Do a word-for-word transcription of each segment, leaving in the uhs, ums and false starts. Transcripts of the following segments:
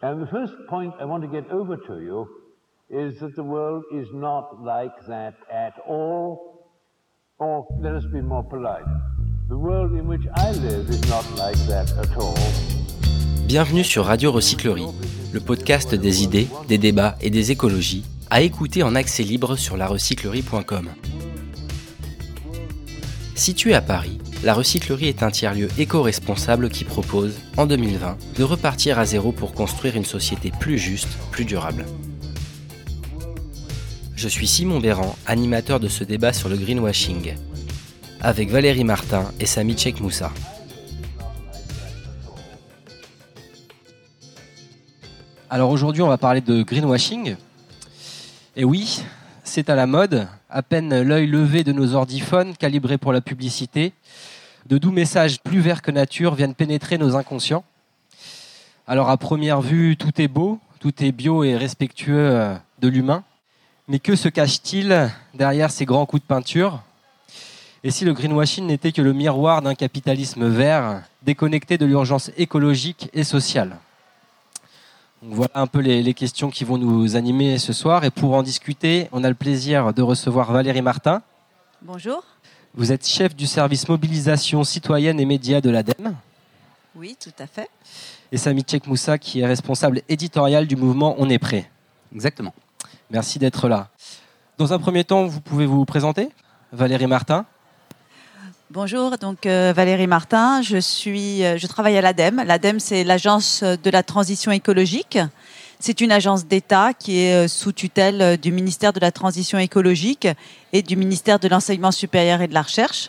And the first point I want to get over to you is that the world is not like that at all, or let us be more polite. The world in which I live is not like that at all. Bienvenue sur Radio Recyclerie, le podcast des idées, des débats et des écologies, à écouter en accès libre sur la recyclerie point com. Située à Paris, la Recyclerie est un tiers-lieu éco-responsable qui propose, en deux mille vingt, de repartir à zéro pour construire une société plus juste, plus durable. Je suis Simon Béran, animateur de ce débat sur le greenwashing, avec Valérie Martin et Samy Tchekmoussa. Alors aujourd'hui, on va parler de greenwashing. Et oui, c'est à la mode. À peine l'œil levé de nos ordiphones, calibrés pour la publicité, de doux messages plus verts que nature viennent pénétrer nos inconscients. Alors à première vue, tout est beau, tout est bio et respectueux de l'humain. Mais que se cache-t-il derrière ces grands coups de peinture ? Et si le greenwashing n'était que le miroir d'un capitalisme vert, déconnecté de l'urgence écologique et sociale ? Donc voilà un peu les, les questions qui vont nous animer ce soir. Et pour en discuter, on a le plaisir de recevoir Valérie Martin. Bonjour. Vous êtes chef du service mobilisation citoyenne et médias de l'ADEME. Oui, tout à fait. Et Samy Tchekmoussa, qui est responsable éditorial du mouvement On est prêt. Exactement. Merci d'être là. Dans un premier temps, vous pouvez vous présenter ? Valérie Martin. Bonjour, donc euh, Valérie Martin, je, suis, euh, je travaille à l'ADEME. L'ADEME, c'est l'Agence de la transition écologique. C'est une agence d'État qui est euh, sous tutelle euh, du ministère de la Transition écologique et du ministère de l'Enseignement supérieur et de la Recherche.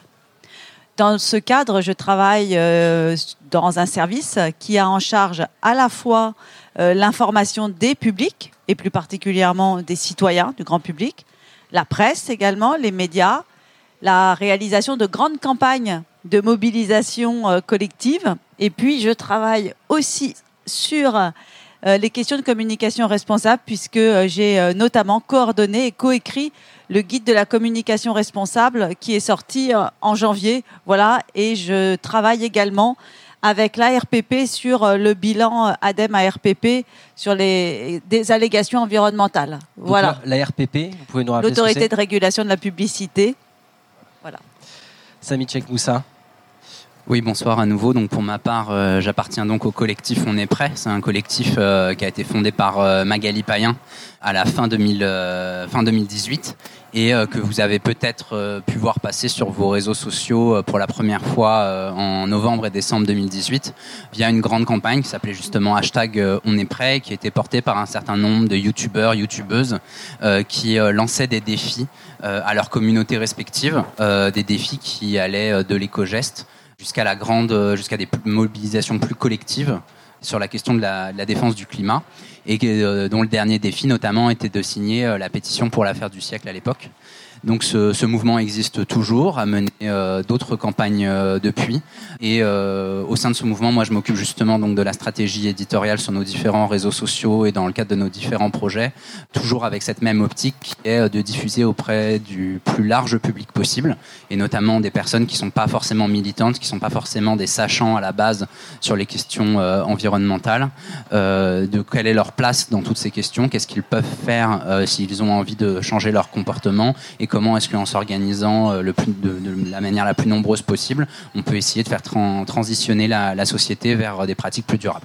Dans ce cadre, je travaille euh, dans un service qui a en charge à la fois euh, l'information des publics, et plus particulièrement des citoyens, du grand public, la presse également, les médias, la réalisation de grandes campagnes de mobilisation euh, collective. Et puis, je travaille aussi sur euh, les questions de communication responsable, puisque euh, j'ai euh, notamment coordonné et coécrit le guide de la communication responsable qui est sorti euh, en janvier. Voilà, et je travaille également avec l'A R P P sur euh, le bilan ADEME A R P P sur les des allégations environnementales. Donc voilà. La, la R P P, vous pouvez nous rappeler l'autorité ce que c'est ? de régulation de la publicité. Voilà. Samy Tchekmoussa. Oui, bonsoir à nouveau. Donc pour ma part, euh, j'appartiens donc au collectif On est prêt. C'est un collectif euh, qui a été fondé par euh, Magali Payen à la fin, deux mille, euh, fin deux mille dix-huit et euh, que vous avez peut-être euh, pu voir passer sur vos réseaux sociaux euh, pour la première fois euh, en novembre et décembre deux mille dix-huit via une grande campagne qui s'appelait justement hashtag euh, On est prêt, qui était portée par un certain nombre de youtubeurs, youtubeuses euh, qui euh, lançaient des défis euh, à leur communauté respective, euh, des défis qui allaient euh, de l'éco-geste jusqu'à la grande, jusqu'à des mobilisations plus collectives sur la question de la, de la défense du climat, et euh, dont le dernier défi notamment était de signer euh, la pétition pour l'affaire du siècle à l'époque. Donc ce, ce mouvement existe toujours, a mené euh, d'autres campagnes euh, depuis. Et euh, au sein de ce mouvement, moi je m'occupe justement donc de la stratégie éditoriale sur nos différents réseaux sociaux et dans le cadre de nos différents projets, toujours avec cette même optique qui est de diffuser auprès du plus large public possible, et notamment des personnes qui ne sont pas forcément militantes, qui ne sont pas forcément des sachants à la base sur les questions euh, environnementales, euh, de quelle est leur place dans toutes ces questions, qu'est-ce qu'ils peuvent faire euh, s'ils ont envie de changer leur comportement, et comment est-ce qu'en s'organisant le plus, de, de la manière la plus nombreuse possible, on peut essayer de faire tra- transitionner la, la société vers des pratiques plus durables.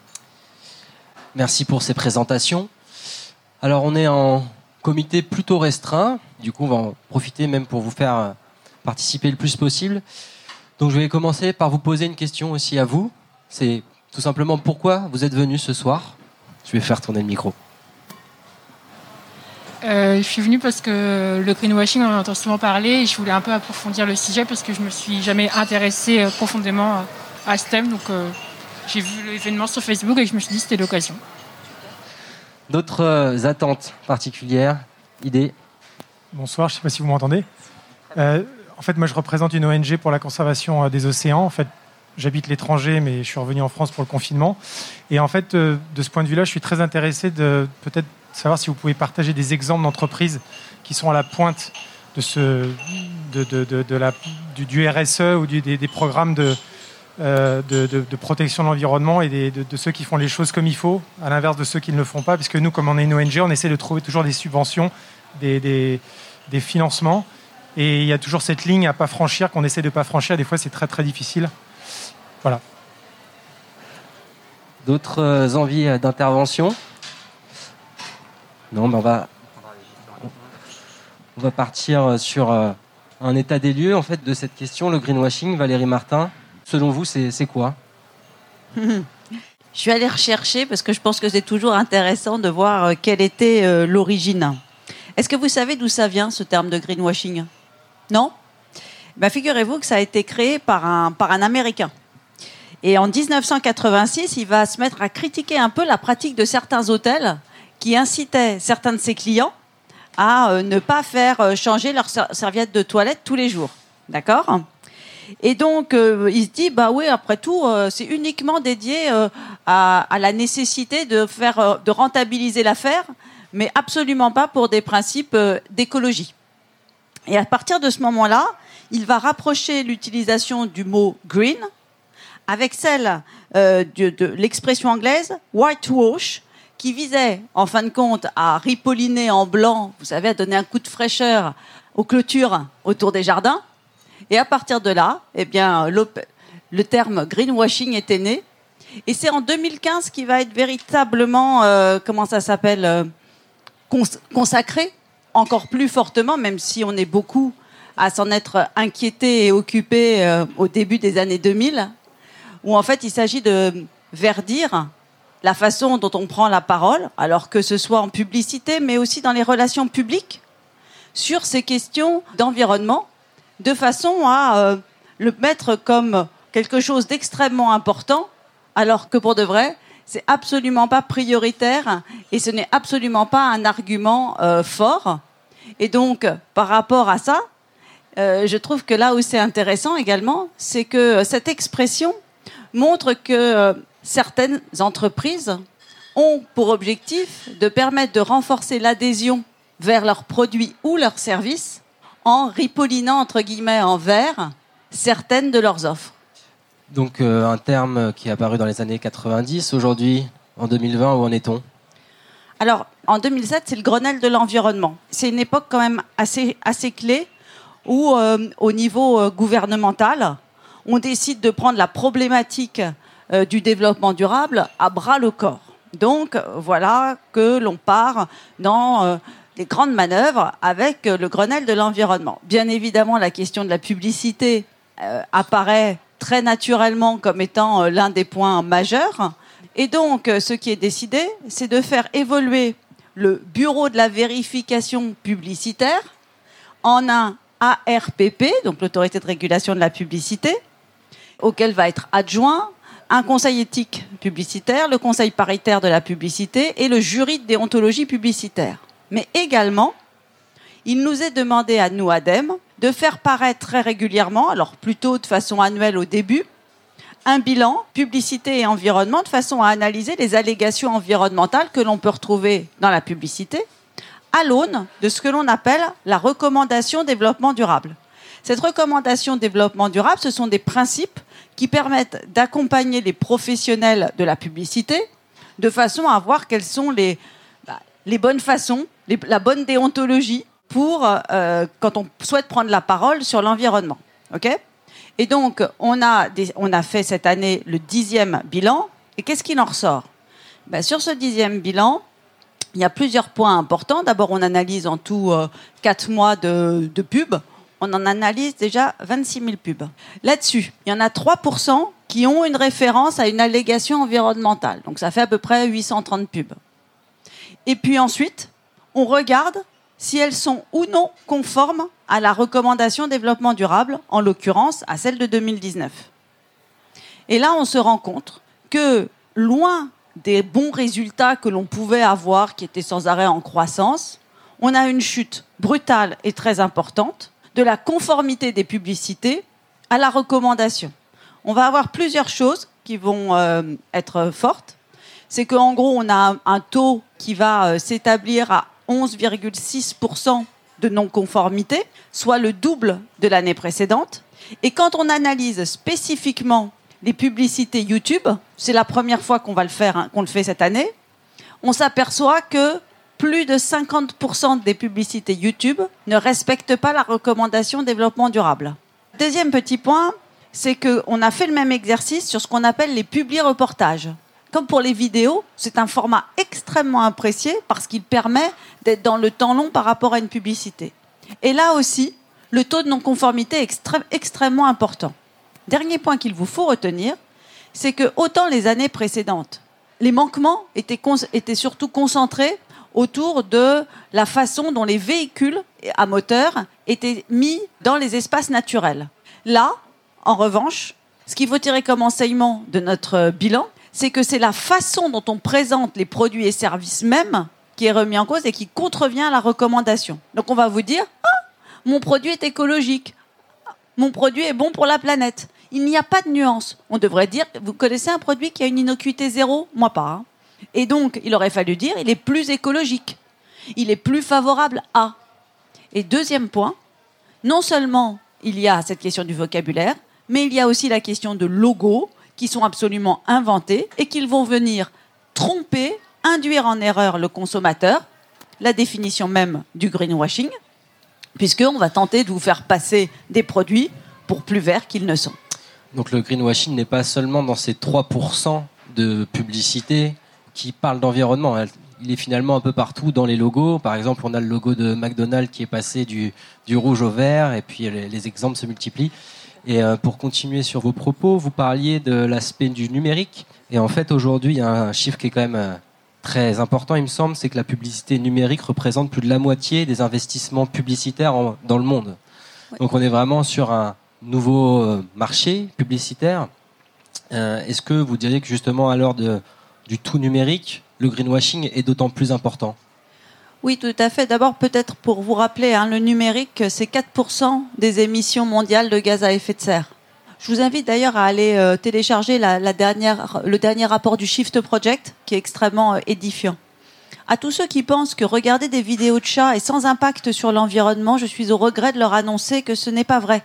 Merci pour ces présentations. Alors on est en comité plutôt restreint, du coup on va en profiter même pour vous faire participer le plus possible. Donc je vais commencer par vous poser une question aussi à vous. C'est tout simplement pourquoi vous êtes venus ce soir. Je vais faire tourner le micro. Euh, je suis venue parce que le greenwashing, on en entend souvent parler, et je voulais un peu approfondir le sujet parce que je me suis jamais intéressée profondément à ce thème. Donc euh, j'ai vu l'événement sur Facebook et je me suis dit que c'était l'occasion. D'autres euh, attentes particulières, idées ? Bonsoir, je ne sais pas si vous m'entendez. Euh, en fait, moi, je représente une O N G pour la conservation des océans. En fait, j'habite l'étranger, mais je suis revenu en France pour le confinement. Et en fait, euh, de ce point de vue-là, je suis très intéressé de peut-être savoir si vous pouvez partager des exemples d'entreprises qui sont à la pointe de ce, de, de, de, de la, du, du R S E ou du, des, des programmes de, euh, de, de, de protection de l'environnement et des, de, de ceux qui font les choses comme il faut, à l'inverse de ceux qui ne le font pas, puisque nous, comme on est une O N G, on essaie de trouver toujours des subventions, des, des, des financements, et il y a toujours cette ligne à pas franchir, qu'on essaie de pas franchir. Des fois, c'est très très difficile. Voilà. D'autres envies d'intervention ? Non, mais on va, on va partir sur un état des lieux en fait de cette question, le greenwashing. Valérie Martin, selon vous, c'est, c'est quoi ? Je suis allée rechercher parce que je pense que c'est toujours intéressant de voir quelle était euh, l'origine. Est-ce que vous savez d'où ça vient, ce terme de greenwashing ? Non ? Ben, figurez-vous que ça a été créé par un, par un Américain. Et en dix-neuf cent quatre-vingt-six, il va se mettre à critiquer un peu la pratique de certains hôtels qui incitaient certains de ses clients à euh, ne pas faire euh, changer leur ser- serviette de toilette tous les jours. D'accord ? Et donc, euh, il se dit, bah oui, après tout, euh, c'est uniquement dédié euh, à, à la nécessité de, faire, euh, de rentabiliser l'affaire, mais absolument pas pour des principes euh, d'écologie. Et à partir de ce moment-là, il va rapprocher l'utilisation du mot « green » avec celle euh, de, de l'expression anglaise « whitewash », qui visait, en fin de compte, à ripolliner en blanc, vous savez, à donner un coup de fraîcheur aux clôtures autour des jardins. Et à partir de là, eh bien, le terme greenwashing était né. Et c'est en deux mille quinze qu'il va être véritablement, euh, comment ça s'appelle, euh, cons- consacré encore plus fortement, même si on est beaucoup à s'en être inquiété et occupé euh, au début des années deux mille, où en fait il s'agit de verdir la façon dont on prend la parole, alors que ce soit en publicité, mais aussi dans les relations publiques, sur ces questions d'environnement, de façon à euh, le mettre comme quelque chose d'extrêmement important, alors que pour de vrai, c'est absolument pas prioritaire et ce n'est absolument pas un argument euh, fort. Et donc, par rapport à ça, euh, je trouve que là où c'est intéressant également, c'est que cette expression montre que euh, certaines entreprises ont pour objectif de permettre de renforcer l'adhésion vers leurs produits ou leurs services en ripollinant, entre guillemets, en vert, certaines de leurs offres. Donc euh, un terme qui est apparu dans les années quatre-vingt-dix. Aujourd'hui, en deux mille vingt, où en est-on ? Alors, en deux mille sept, c'est le Grenelle de l'environnement. C'est une époque quand même assez, assez clé où, euh, au niveau euh, gouvernemental, on décide de prendre la problématique euh, du développement durable à bras le corps. Donc, voilà que l'on part dans euh, des grandes manœuvres avec euh, le Grenelle de l'environnement. Bien évidemment, la question de la publicité euh, apparaît très naturellement comme étant euh, l'un des points majeurs. Et donc, euh, ce qui est décidé, c'est de faire évoluer le Bureau de la vérification publicitaire en un A R P P, donc l'autorité de régulation de la publicité, auquel va être adjoint un conseil éthique publicitaire, le conseil paritaire de la publicité et le jury de déontologie publicitaire. Mais également, il nous est demandé à nous, ADEME, de faire paraître très régulièrement, alors plutôt de façon annuelle au début, un bilan publicité et environnement de façon à analyser les allégations environnementales que l'on peut retrouver dans la publicité à l'aune de ce que l'on appelle la recommandation développement durable. Cette recommandation développement durable, ce sont des principes qui permettent d'accompagner les professionnels de la publicité de façon à voir quelles sont les, bah, les bonnes façons, les, la bonne déontologie pour euh, quand on souhaite prendre la parole sur l'environnement. Okay ? Et donc, on a, des, on a fait cette année le dixième bilan. Et qu'est-ce qu'il en ressort ? Ben, sur ce dixième bilan, il y a plusieurs points importants. D'abord, on analyse en tout euh, quatre mois de, de pub. On en analyse déjà vingt-six mille pubs. Là-dessus, il y en a trois pour cent qui ont une référence à une allégation environnementale. Donc, ça fait à peu près huit cent trente pubs. Et puis ensuite, on regarde si elles sont ou non conformes à la recommandation développement durable, en l'occurrence à celle de deux mille dix-neuf. Et là, on se rend compte que, loin des bons résultats que l'on pouvait avoir, qui étaient sans arrêt en croissance, on a une chute brutale et très importante de la conformité des publicités à la recommandation. On va avoir plusieurs choses qui vont euh, être fortes. C'est qu'en gros, on a un, un taux qui va euh, s'établir à onze virgule six pour cent de non-conformité, soit le double de l'année précédente. Et quand on analyse spécifiquement les publicités YouTube, c'est la première fois qu'on va le faire, hein, qu'on le fait cette année, on s'aperçoit que plus de cinquante pour cent des publicités YouTube ne respectent pas la recommandation développement durable. Deuxième petit point, c'est qu'on a fait le même exercice sur ce qu'on appelle les publi-reportages. Comme pour les vidéos, c'est un format extrêmement apprécié parce qu'il permet d'être dans le temps long par rapport à une publicité. Et là aussi, le taux de non-conformité est extré- extrêmement important. Dernier point qu'il vous faut retenir, c'est que autant les années précédentes, les manquements étaient, con- étaient surtout concentrés autour de la façon dont les véhicules à moteur étaient mis dans les espaces naturels. Là, en revanche, ce qu'il faut tirer comme enseignement de notre bilan, c'est que c'est la façon dont on présente les produits et services mêmes qui est remis en cause et qui contrevient à la recommandation. Donc on va vous dire « Ah, mon produit est écologique, mon produit est bon pour la planète ». Il n'y a pas de nuance. On devrait dire « Vous connaissez un produit qui a une innocuité zéro ? Moi pas. Hein. » Et donc, il aurait fallu dire « Il est plus écologique, il est plus favorable à ». Et deuxième point, non seulement il y a cette question du vocabulaire, mais il y a aussi la question de logos, qui sont absolument inventés et qu'ils vont venir tromper, induire en erreur le consommateur, la définition même du greenwashing, puisqu'on va tenter de vous faire passer des produits pour plus verts qu'ils ne sont. Donc le greenwashing n'est pas seulement dans ces trois pour cent de publicité qui parlent d'environnement. Il est finalement un peu partout dans les logos. Par exemple, on a le logo de McDonald's qui est passé du, du rouge au vert, et puis les, les exemples se multiplient. Et pour continuer sur vos propos, vous parliez de l'aspect du numérique. Et en fait, aujourd'hui, il y a un chiffre qui est quand même très important, il me semble, c'est que la publicité numérique représente plus de la moitié des investissements publicitaires en, dans le monde. Oui. Donc on est vraiment sur un nouveau marché publicitaire. Euh, est-ce que vous diriez que justement, à l'heure de, du tout numérique, le greenwashing est d'autant plus important ? Oui, tout à fait. D'abord, peut-être pour vous rappeler, hein, le numérique, c'est quatre pour cent des émissions mondiales de gaz à effet de serre. Je vous invite d'ailleurs à aller euh, télécharger la, la dernière, le dernier rapport du Shift Project, qui est extrêmement euh, édifiant. À tous ceux qui pensent que regarder des vidéos de chats est sans impact sur l'environnement, je suis au regret de leur annoncer que ce n'est pas vrai.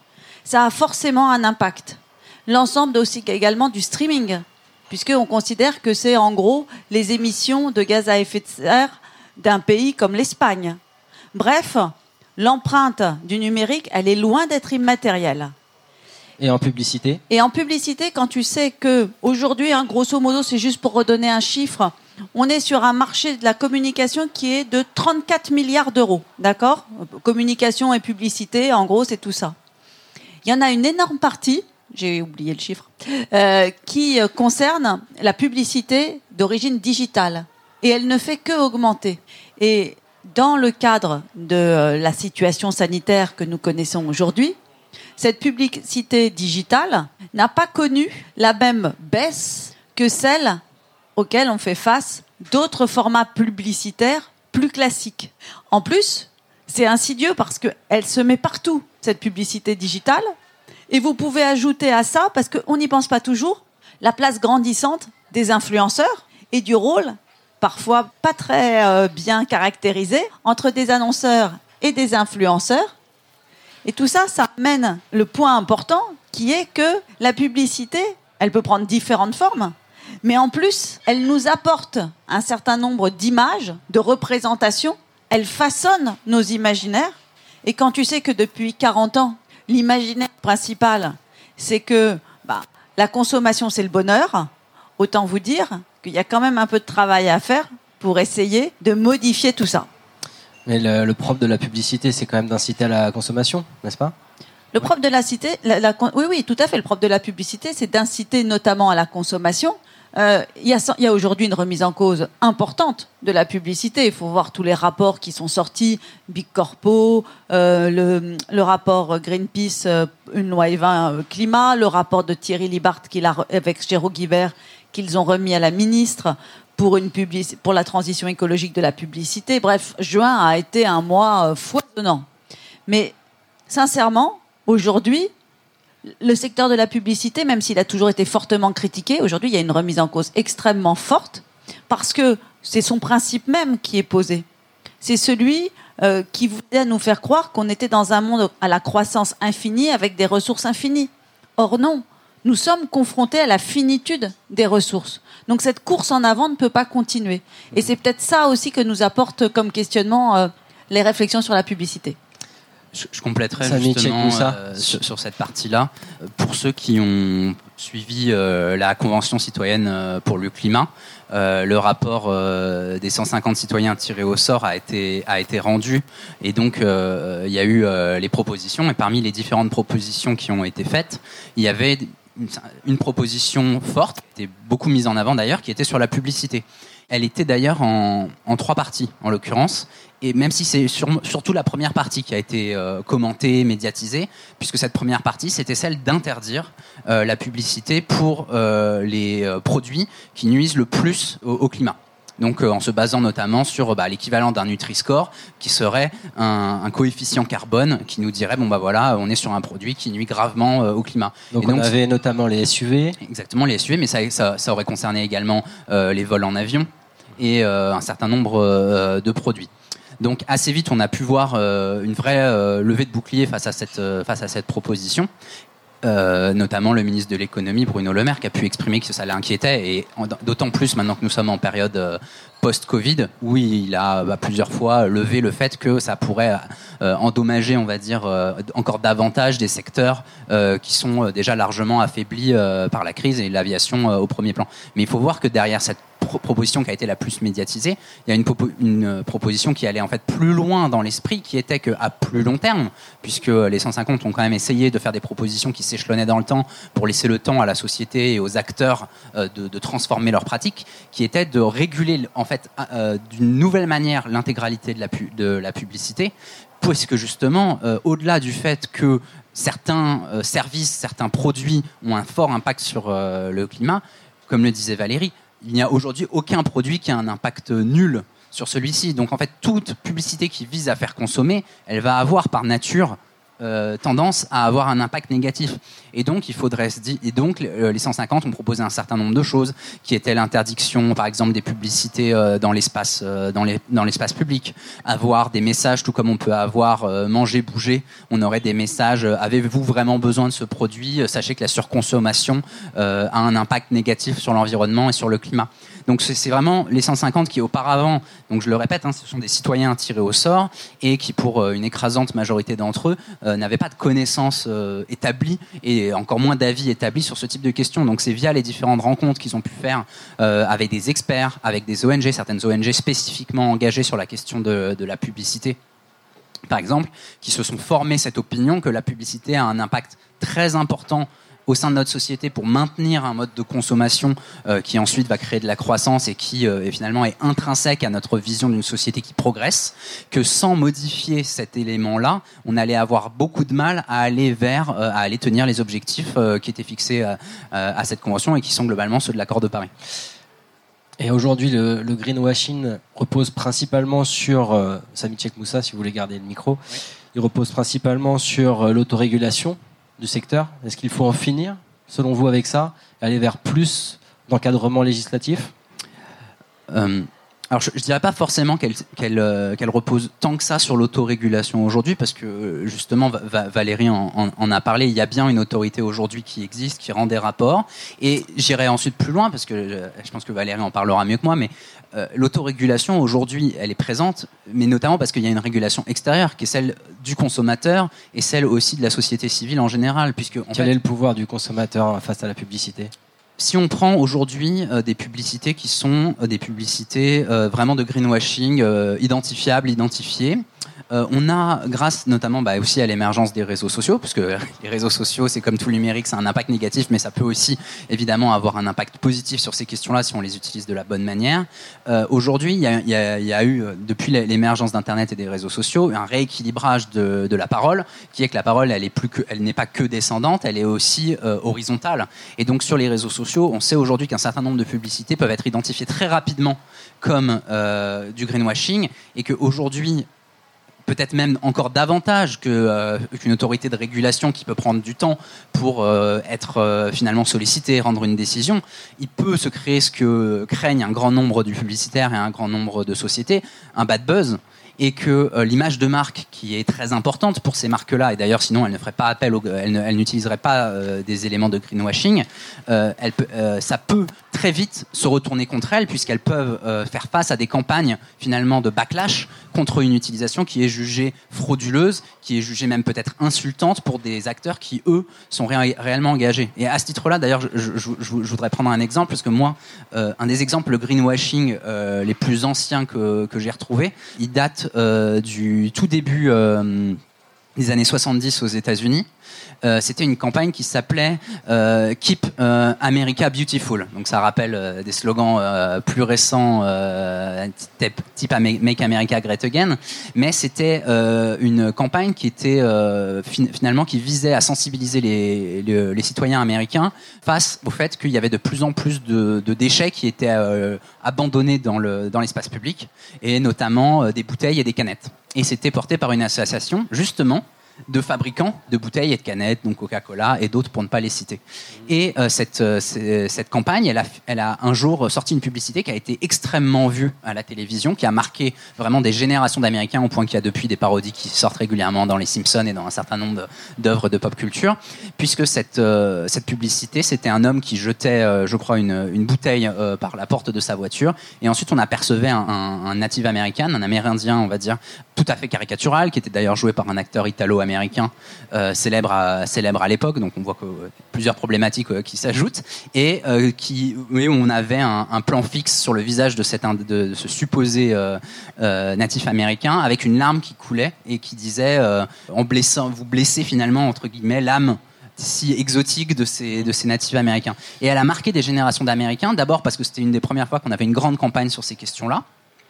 Ça a forcément un impact. L'ensemble aussi également du streaming, puisqu'on considère que c'est en gros les émissions de gaz à effet de serre d'un pays comme l'Espagne. Bref, l'empreinte du numérique, elle est loin d'être immatérielle. Et en publicité ? Et en publicité, quand tu sais qu'aujourd'hui, hein, grosso modo, c'est juste pour redonner un chiffre, on est sur un marché de la communication qui est de trente-quatre milliards d'euros. D'accord ? Communication et publicité, en gros, c'est tout ça. Il y en a une énorme partie, j'ai oublié le chiffre, euh, qui concerne la publicité d'origine digitale. Et elle ne fait que augmenter. Et dans le cadre de la situation sanitaire que nous connaissons aujourd'hui, cette publicité digitale n'a pas connu la même baisse que celle auxquelles on fait face d'autres formats publicitaires plus classiques. En plus, c'est insidieux parce qu'elle se met partout, cette publicité digitale. Et vous pouvez ajouter à ça, parce qu'on n'y pense pas toujours, la place grandissante des influenceurs et du rôle parfois pas très euh, bien caractérisé, entre des annonceurs et des influenceurs. Et tout ça, ça amène le point important, qui est que la publicité, elle peut prendre différentes formes, mais en plus, elle nous apporte un certain nombre d'images, de représentations, elle façonne nos imaginaires. Et quand tu sais que depuis quarante ans, l'imaginaire principal, c'est que bah, la consommation, c'est le bonheur, autant vous dire qu'il y a quand même un peu de travail à faire pour essayer de modifier tout ça. Mais le, le propre de la publicité, c'est quand même d'inciter à la consommation, n'est-ce pas ? Le propre de la cité, la, la, oui, oui, tout à fait. Le propre de la publicité, c'est d'inciter notamment à la consommation. Euh, il y a, il y a aujourd'hui une remise en cause importante de la publicité. Il faut voir tous les rapports qui sont sortis, Big Corpo, euh, le, le rapport Greenpeace, euh, une loi E vingt euh, climat, le rapport de Thierry Libart qu'il a, avec Géraud Guibert, qu'ils ont remis à la ministre pour, une publici- pour la transition écologique de la publicité. Bref, juin a été un mois euh, foisonnant. Mais sincèrement, aujourd'hui, le secteur de la publicité, même s'il a toujours été fortement critiqué, aujourd'hui, il y a une remise en cause extrêmement forte parce que c'est son principe même qui est posé. C'est celui euh, qui voulait nous faire croire qu'on était dans un monde à la croissance infinie avec des ressources infinies. Or non, nous sommes confrontés à la finitude des ressources. Donc cette course en avant ne peut pas continuer. Et c'est peut-être ça aussi que nous apporte comme questionnement euh, les réflexions sur la publicité. Je, je compléterai Samy justement Tchekmoussa. euh, sur, sur cette partie-là. Pour ceux qui ont suivi euh, la Convention citoyenne euh, pour le climat, euh, le rapport euh, des cent cinquante citoyens tirés au sort a été, a été rendu. Et donc, euh, il y a eu euh, les propositions. Et parmi les différentes propositions qui ont été faites, il y avait une, une proposition forte, qui était beaucoup mise en avant d'ailleurs, qui était sur la publicité. Elle était d'ailleurs en, en trois parties, en l'occurrence. Et même si c'est sur, surtout la première partie qui a été euh, commentée, médiatisée, puisque cette première partie, c'était celle d'interdire euh, la publicité pour euh, les euh, produits qui nuisent le plus au, au climat. Donc euh, en se basant notamment sur bah, l'équivalent d'un Nutri-Score, qui serait un, un coefficient carbone qui nous dirait, bon bah voilà, on est sur un produit qui nuit gravement euh, au climat. Donc, Et on donc avait notamment les S U V. Exactement, les S U V, mais ça, ça, ça aurait concerné également euh, les vols en avion et euh, un certain nombre euh, de produits. Donc assez vite, on a pu voir euh, une vraie euh, levée de bouclier face à cette, euh, face à cette proposition. Euh, notamment le ministre de l'économie Bruno Le Maire qui a pu exprimer que ça l'inquiétait, et en, d'autant plus maintenant que nous sommes en période euh, post-Covid où il a bah, plusieurs fois levé le fait que ça pourrait euh, endommager, on va dire, euh, encore davantage des secteurs euh, qui sont euh, déjà largement affaiblis euh, par la crise, et l'aviation euh, au premier plan. Mais il faut voir que derrière cette pro- proposition qui a été la plus médiatisée, il y a une, popo- une proposition qui allait en fait plus loin dans l'esprit, qui était qu'à plus long terme, puisque les cent cinquante ont quand même essayé de faire des propositions qui s'échelonnaient dans le temps pour laisser le temps à la société et aux acteurs euh, de, de transformer leurs pratiques, qui était de réguler en fait euh, d'une nouvelle manière l'intégralité de la, pu- de la publicité, puisque justement, euh, au-delà du fait que certains euh, services, certains produits ont un fort impact sur euh, le climat, comme le disait Valérie, il n'y a aujourd'hui aucun produit qui a un impact nul sur celui-ci. Donc en fait, toute publicité qui vise à faire consommer, elle va avoir par nature euh, tendance à avoir un impact négatif. Et donc, il faudrait se dire, et donc euh, les cent cinquante ont proposé un certain nombre de choses, qui étaient l'interdiction, par exemple, des publicités euh, dans l'espace, euh, dans, les, dans l'espace public, avoir des messages, tout comme on peut avoir euh, manger, bouger, on aurait des messages, euh, avez-vous vraiment besoin de ce produit ? Sachez que la surconsommation euh, a un impact négatif sur l'environnement et sur le climat. Donc c'est, c'est vraiment les cent cinquante qui auparavant, donc je le répète, hein, ce sont des citoyens tirés au sort et qui, pour euh, une écrasante majorité d'entre eux, euh, n'avaient pas de connaissances euh, établies et encore moins d'avis établis sur ce type de questions. Donc c'est via les différentes rencontres qu'ils ont pu faire euh, avec des experts, avec des O N G, certaines O N G spécifiquement engagées sur la question de, de la publicité, par exemple, qui se sont formés cette opinion que la publicité a un impact très important au sein de notre société pour maintenir un mode de consommation euh, qui ensuite va créer de la croissance et qui euh, est finalement est intrinsèque à notre vision d'une société qui progresse, que sans modifier cet élément-là, on allait avoir beaucoup de mal à aller vers, euh, à aller tenir les objectifs euh, qui étaient fixés euh, à cette convention et qui sont globalement ceux de l'accord de Paris. Et aujourd'hui, le, le greenwashing repose principalement sur, euh, Samy Tchekmoussa, si vous voulez garder le micro, oui. Il repose principalement sur euh, l'autorégulation du secteur. Est-ce qu'il faut en finir, selon vous, avec ça, et aller vers plus d'encadrement législatif ? euh, Alors, je ne dirais pas forcément qu'elle, qu'elle, euh, qu'elle repose tant que ça sur l'autorégulation aujourd'hui, parce que, justement, va, Valérie en, en, en a parlé, il y a bien une autorité aujourd'hui qui existe, qui rend des rapports, et j'irai ensuite plus loin, parce que je, je pense que Valérie en parlera mieux que moi, mais euh, l'autorégulation, aujourd'hui, elle est présente, mais notamment parce qu'il y a une régulation extérieure, qui est celle du consommateur, et celle aussi de la société civile en général, puisque... En Quel fait, est le pouvoir du consommateur face à la publicité ? Si on prend aujourd'hui euh, des publicités qui sont euh, des publicités euh, vraiment de greenwashing, euh, identifiables, identifiées, euh, on a, grâce notamment bah, aussi à l'émergence des réseaux sociaux, parce que les réseaux sociaux, c'est comme tout le numérique, c'est un impact négatif, mais ça peut aussi évidemment avoir un impact positif sur ces questions-là si on les utilise de la bonne manière. Euh, aujourd'hui, il y a, y, a, y a eu, depuis l'émergence d'Internet et des réseaux sociaux, un rééquilibrage de, de la parole, qui est que la parole, elle, est plus que, elle n'est pas que descendante, elle est aussi euh, horizontale. Et donc sur les réseaux sociaux, on sait aujourd'hui qu'un certain nombre de publicités peuvent être identifiées très rapidement comme euh, du greenwashing, et qu'aujourd'hui, peut-être même encore davantage que, euh, qu'une autorité de régulation qui peut prendre du temps pour euh, être euh, finalement sollicitée, rendre une décision, il peut se créer ce que craignent un grand nombre de publicitaires et un grand nombre de sociétés, un bad buzz, et que euh, l'image de marque, qui est très importante pour ces marques-là, et d'ailleurs sinon elles ne feraient pas appel, au, elles, ne, elles n'utiliseraient pas euh, des éléments de greenwashing, euh, elles, euh, ça peut très vite se retourner contre elles, puisqu'elles peuvent euh, faire face à des campagnes finalement de backlash contre une utilisation qui est jugée frauduleuse, qui est jugée même peut-être insultante pour des acteurs qui, eux, sont ré- réellement engagés. Et à ce titre-là, d'ailleurs, je, je, je, je voudrais prendre un exemple, parce que moi, euh, un des exemples greenwashing euh, les plus anciens que, que j'ai retrouvés, il date euh, du tout début euh, des années soixante-dix aux États-Unis. Euh, c'était une campagne qui s'appelait euh, Keep euh, America Beautiful. Donc ça rappelle euh, des slogans euh, plus récents, euh, type, type Make America Great Again. Mais c'était euh, une campagne qui était euh, fin, finalement qui visait à sensibiliser les, les, les citoyens américains face au fait qu'il y avait de plus en plus de, de déchets qui étaient euh, abandonnés dans, le, dans l'espace public, et notamment euh, des bouteilles et des canettes. Et c'était porté par une association justement de fabricants de bouteilles et de canettes, donc Coca-Cola et d'autres pour ne pas les citer. Et euh, cette, euh, cette campagne, elle a, elle a un jour sorti une publicité qui a été extrêmement vue à la télévision, qui a marqué vraiment des générations d'Américains, au point qu'il y a depuis des parodies qui sortent régulièrement dans les Simpsons et dans un certain nombre d'œuvres de pop culture, puisque cette, euh, cette publicité, c'était un homme qui jetait, euh, je crois, une, une bouteille euh, par la porte de sa voiture, et ensuite on apercevait un, un, un native américain, un Amérindien, on va dire, tout à fait caricatural, qui était d'ailleurs joué par un acteur italo-américain américain euh, célèbre à, célèbre à l'époque, donc on voit que euh, plusieurs problématiques euh, qui s'ajoutent, et euh, qui, oui, on avait un, un plan fixe sur le visage de, cette, de, de ce supposé euh, euh, natif américain, avec une larme qui coulait et qui disait euh, en blessant, vous blessez finalement entre guillemets l'âme si exotique de ces, de ces natifs américains. Et elle a marqué des générations d'Américains, d'abord parce que c'était une des premières fois qu'on avait une grande campagne sur ces questions-là,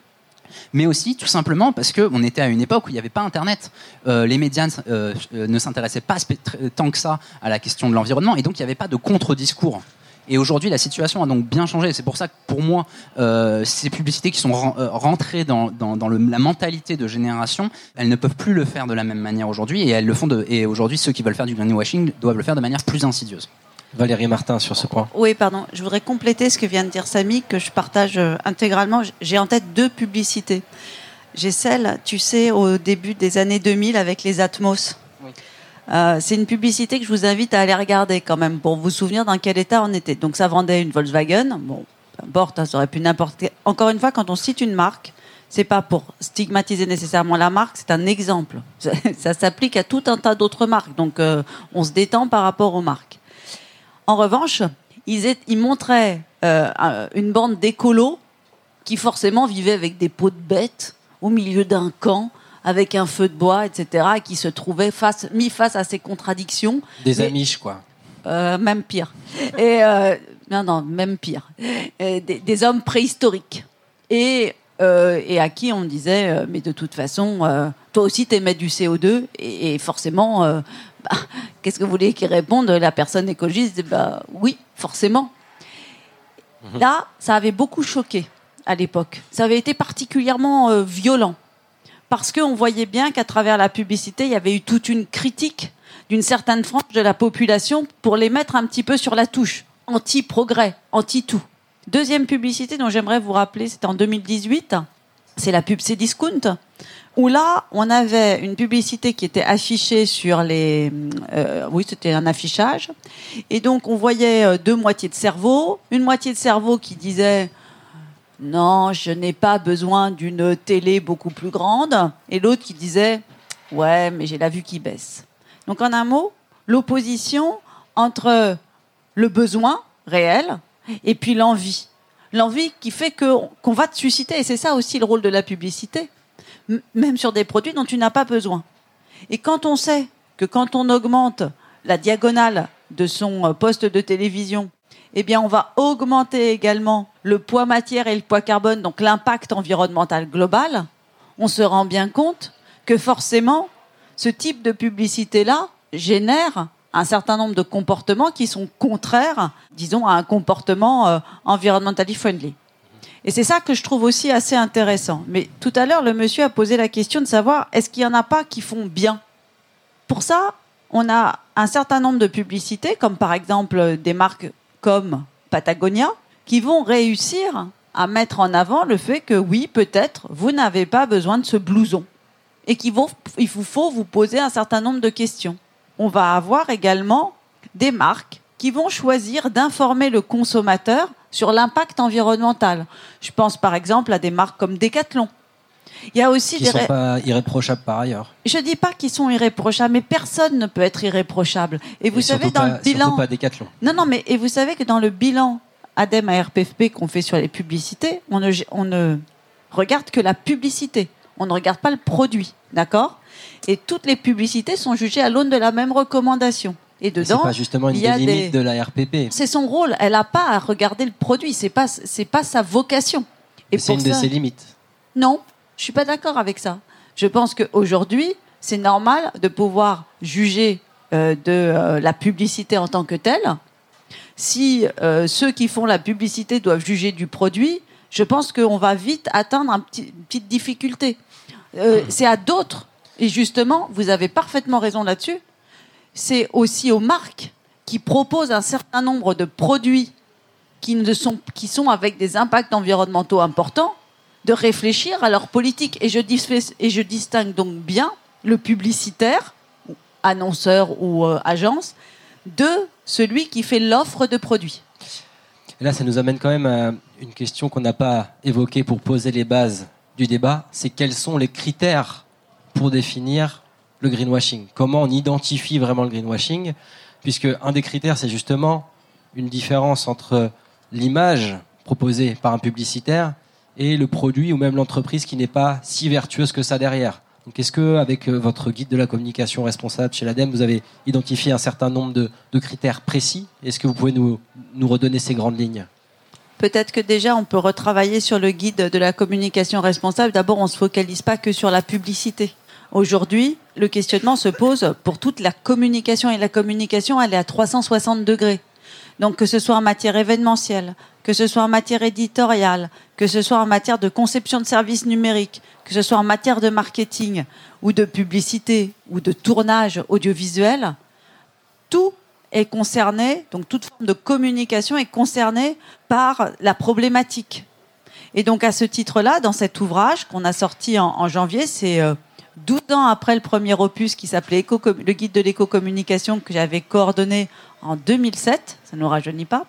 mais aussi tout simplement parce qu'on était à une époque où il n'y avait pas Internet. Euh, les médias euh, ne s'intéressaient pas tant que ça à la question de l'environnement, et donc il n'y avait pas de contre-discours. Et aujourd'hui, la situation a donc bien changé. C'est pour ça que, pour moi, euh, ces publicités qui sont rentrées dans, dans, dans le, la mentalité de génération, elles ne peuvent plus le faire de la même manière aujourd'hui. Et elles le font de, et aujourd'hui, ceux qui veulent faire du greenwashing doivent le faire de manière plus insidieuse. Valérie Martin, sur ce point. Oui, pardon. Je voudrais compléter ce que vient de dire Samy, que je partage intégralement. J'ai en tête deux publicités. J'ai celle, tu sais, au début des années deux mille avec les Atmos. Oui. Euh, c'est une publicité que je vous invite à aller regarder quand même pour vous souvenir dans quel état on était. Donc ça vendait une Volkswagen. Bon, peu importe, hein, ça aurait pu n'importe quel. Encore une fois, quand on cite une marque, c'est pas pour stigmatiser nécessairement la marque, c'est un exemple. Ça, ça s'applique à tout un tas d'autres marques. Donc euh, on se détend par rapport aux marques. En revanche, ils, est, ils montraient euh, une bande d'écolos qui forcément vivaient avec des peaux de bêtes au milieu d'un camp, avec un feu de bois, et cetera, et qui se trouvaient face, mis face à ces contradictions. Des Mais, Amish, quoi. Euh, même pire. Et, euh, non, non, même pire. Et des, des hommes préhistoriques. Et, euh, et à qui on disait, euh, mais de toute façon, euh, toi aussi t'émets du C O deux, et, et forcément... Euh, bah, qu'est-ce que vous voulez qu'ils répondent? La personne écologiste dit bah, oui, forcément. Mmh. Là, ça avait beaucoup choqué à l'époque. Ça avait été particulièrement euh, violent. Parce qu'on voyait bien qu'à travers la publicité, il y avait eu toute une critique d'une certaine frange de la population pour les mettre un petit peu sur la touche. Anti-progrès, anti-tout. Deuxième publicité dont j'aimerais vous rappeler, c'était en deux mille dix-huit. C'est la pub Cdiscount, où là, on avait une publicité qui était affichée sur les... Euh, oui, c'était un affichage. Et donc, on voyait deux moitiés de cerveau. Une moitié de cerveau qui disait « Non, je n'ai pas besoin d'une télé beaucoup plus grande ». Et l'autre qui disait « Ouais, mais j'ai la vue qui baisse ». Donc, en un mot, l'opposition entre le besoin réel et puis l'envie. L'envie qui fait que, qu'on va te susciter. Et c'est ça aussi le rôle de la publicité. M- même sur des produits dont tu n'as pas besoin. Et quand on sait que quand on augmente la diagonale de son poste de télévision, eh bien, on va augmenter également le poids matière et le poids carbone, donc l'impact environnemental global, on se rend bien compte que forcément, ce type de publicité-là génère un certain nombre de comportements qui sont contraires, disons, à un comportement euh, environmentally friendly. Et c'est ça que je trouve aussi assez intéressant. Mais tout à l'heure, le monsieur a posé la question de savoir, est-ce qu'il n'y en a pas qui font bien? Pour ça, on a un certain nombre de publicités, comme par exemple des marques comme Patagonia, qui vont réussir à mettre en avant le fait que oui, peut-être, vous n'avez pas besoin de ce blouson et qu'il vous, il vous faut vous poser un certain nombre de questions. On va avoir également des marques qui vont choisir d'informer le consommateur sur l'impact environnemental. Je pense par exemple à des marques comme Decathlon. Il y a aussi qui des ne sont ré... pas irréprochables par ailleurs. Je ne dis pas qu'ils sont irréprochables, mais personne ne peut être irréprochable. Et vous Et savez, surtout dans pas, le bilan... surtout pas Decathlon. Non, non, mais et vous savez que dans le bilan ADEME à R P F P qu'on fait sur les publicités, on ne, on ne regarde que la publicité. On ne regarde pas le produit, d'accord ? Et toutes les publicités sont jugées à l'aune de la même recommandation. Et dedans, c'est pas justement une il y a des limites des... de la R P P. C'est son rôle. Elle n'a pas à regarder le produit. C'est pas, c'est pas sa vocation. Et c'est pour une ça... de ses limites. Non, je suis pas d'accord avec ça. Je pense qu'aujourd'hui, c'est normal de pouvoir juger euh, de euh, la publicité en tant que telle. Si euh, ceux qui font la publicité doivent juger du produit, je pense qu'on va vite atteindre un petit, une petite difficulté. Euh, c'est à d'autres. Et justement, vous avez parfaitement raison là-dessus. C'est aussi aux marques qui proposent un certain nombre de produits qui, ne sont, qui sont avec des impacts environnementaux importants, de réfléchir à leur politique. Et je, dis, et je distingue donc bien le publicitaire, annonceur ou euh, agence, de celui qui fait l'offre de produits. Et là, ça nous amène quand même à une question qu'on n'a pas évoquée pour poser les bases du débat. C'est quels sont les critères pour définir le greenwashing ? Comment on identifie vraiment le greenwashing ? Puisque un des critères, c'est justement une différence entre l'image proposée par un publicitaire et le produit ou même l'entreprise qui n'est pas si vertueuse que ça derrière. Donc, est-ce que, avec votre guide de la communication responsable chez l'ADEME, vous avez identifié un certain nombre de, de critères précis ? Est-ce que vous pouvez nous, nous redonner ces grandes lignes ? Peut-être que déjà, on peut retravailler sur le guide de la communication responsable. D'abord, on ne se focalise pas que sur la publicité. Aujourd'hui, le questionnement se pose pour toute la communication. Et la communication, elle est à trois cent soixante degrés. Donc, que ce soit en matière événementielle, que ce soit en matière éditoriale, que ce soit en matière de conception de services numériques, que ce soit en matière de marketing ou de publicité ou de tournage audiovisuel, tout est concerné, donc toute forme de communication est concernée par la problématique. Et donc, à ce titre-là, dans cet ouvrage qu'on a sorti en, en janvier, c'est euh, douze ans après le premier opus qui s'appelait Éco, le guide de l'éco-communication que j'avais coordonné en deux mille sept, ça ne nous rajeunit pas,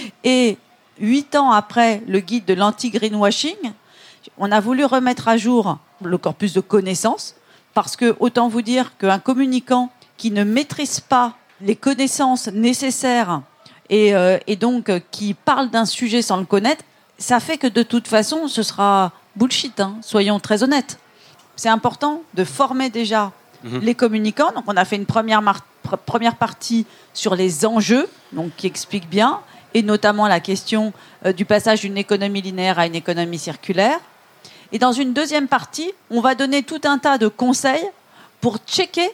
et huit ans après le guide de l'anti-greenwashing, on a voulu remettre à jour le corpus de connaissances, parce que autant vous dire qu'un communicant qui ne maîtrise pas les connaissances nécessaires et, euh, et donc euh, qui parle d'un sujet sans le connaître, ça fait que de toute façon, ce sera bullshit, hein, soyons très honnêtes. C'est important de former déjà mmh. les communicants. Donc, on a fait une première, mar- pr- première partie sur les enjeux, donc qui explique bien, et notamment la question euh, du passage d'une économie linéaire à une économie circulaire. Et dans une deuxième partie, on va donner tout un tas de conseils pour checker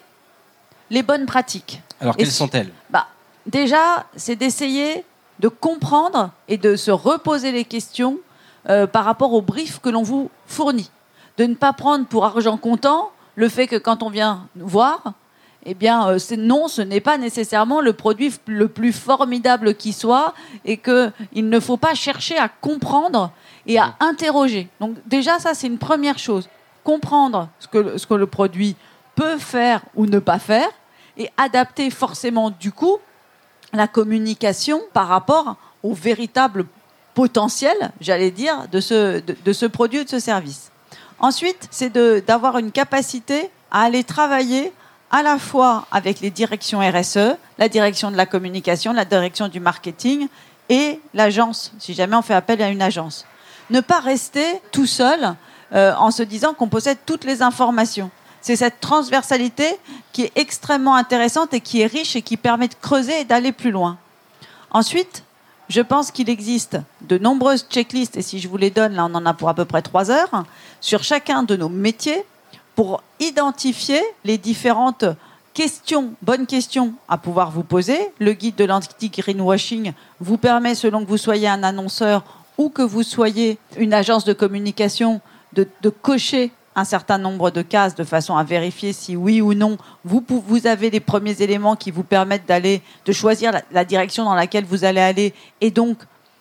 les bonnes pratiques. Alors, et quelles sont-elles ? bah, Déjà, c'est d'essayer de comprendre et de se reposer les questions euh, par rapport au brief que l'on vous fournit. De ne pas prendre pour argent comptant le fait que quand on vient nous voir, eh bien, euh, c'est, non, ce n'est pas nécessairement le produit le plus formidable qui soit et qu'il ne faut pas chercher à comprendre et à interroger. Donc déjà, ça, c'est une première chose. Comprendre ce que, ce que le produit peut faire ou ne pas faire et adapter forcément, du coup, la communication par rapport au véritable potentiel, j'allais dire, de ce, de, de ce produit ou de ce service. Ensuite, c'est de, d'avoir une capacité à aller travailler à la fois avec les directions R S E, la direction de la communication, la direction du marketing et l'agence, si jamais on fait appel à une agence. Ne pas rester tout seul euh, en se disant qu'on possède toutes les informations. C'est cette transversalité qui est extrêmement intéressante et qui est riche et qui permet de creuser et d'aller plus loin. Ensuite, je pense qu'il existe de nombreuses checklists, et si je vous les donne, là on en a pour à peu près trois heures, sur chacun de nos métiers pour identifier les différentes questions, bonnes questions à pouvoir vous poser. Le guide de l'anti-greenwashing vous permet, selon que vous soyez un annonceur ou que vous soyez une agence de communication, de, de cocher un certain nombre de cases de façon à vérifier si oui ou non vous, vous avez les premiers éléments qui vous permettent d'aller, de choisir la, la direction dans laquelle vous allez aller et donc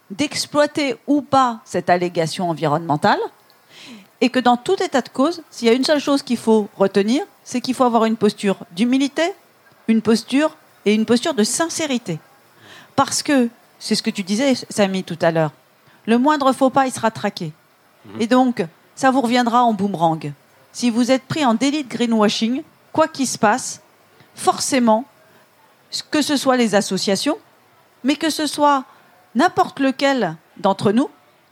d'exploiter ou pas cette allégation environnementale, et que dans tout état de cause, s'il y a une seule chose qu'il faut retenir, c'est qu'il faut avoir une posture d'humilité, une posture et une posture de sincérité. Parce que, c'est ce que tu disais, Samy, tout à l'heure, le moindre faux pas, il sera traqué. Mmh. Et donc, ça vous reviendra en boomerang. Si vous êtes pris en délit de greenwashing, quoi qu'il se passe, forcément, que ce soit les associations, mais que ce soit n'importe lequel d'entre nous,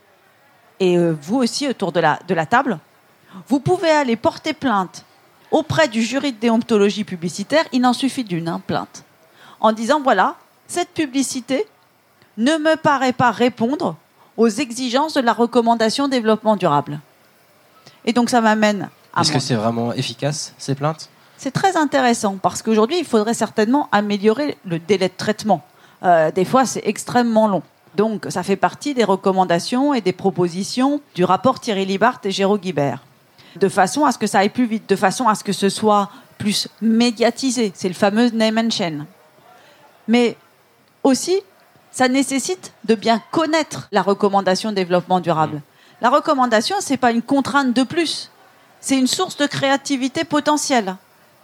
et euh, vous aussi autour de la, de la table, vous pouvez aller porter plainte auprès du jury de déontologie publicitaire, il en suffit d'une hein, plainte, en disant, voilà, cette publicité ne me paraît pas répondre aux exigences de la recommandation développement durable. Et donc ça m'amène à... Est-ce mon... que c'est vraiment efficace, ces plaintes ? C'est très intéressant, parce qu'aujourd'hui, il faudrait certainement améliorer le délai de traitement. Euh, des fois, c'est extrêmement long. Donc, ça fait partie des recommandations et des propositions du rapport Thierry Libart et Géraud Guibert, de façon à ce que ça aille plus vite, de façon à ce que ce soit plus médiatisé. C'est le fameux name and shame. Mais aussi, ça nécessite de bien connaître la recommandation de développement durable. La recommandation, ce n'est pas une contrainte de plus. C'est une source de créativité potentielle.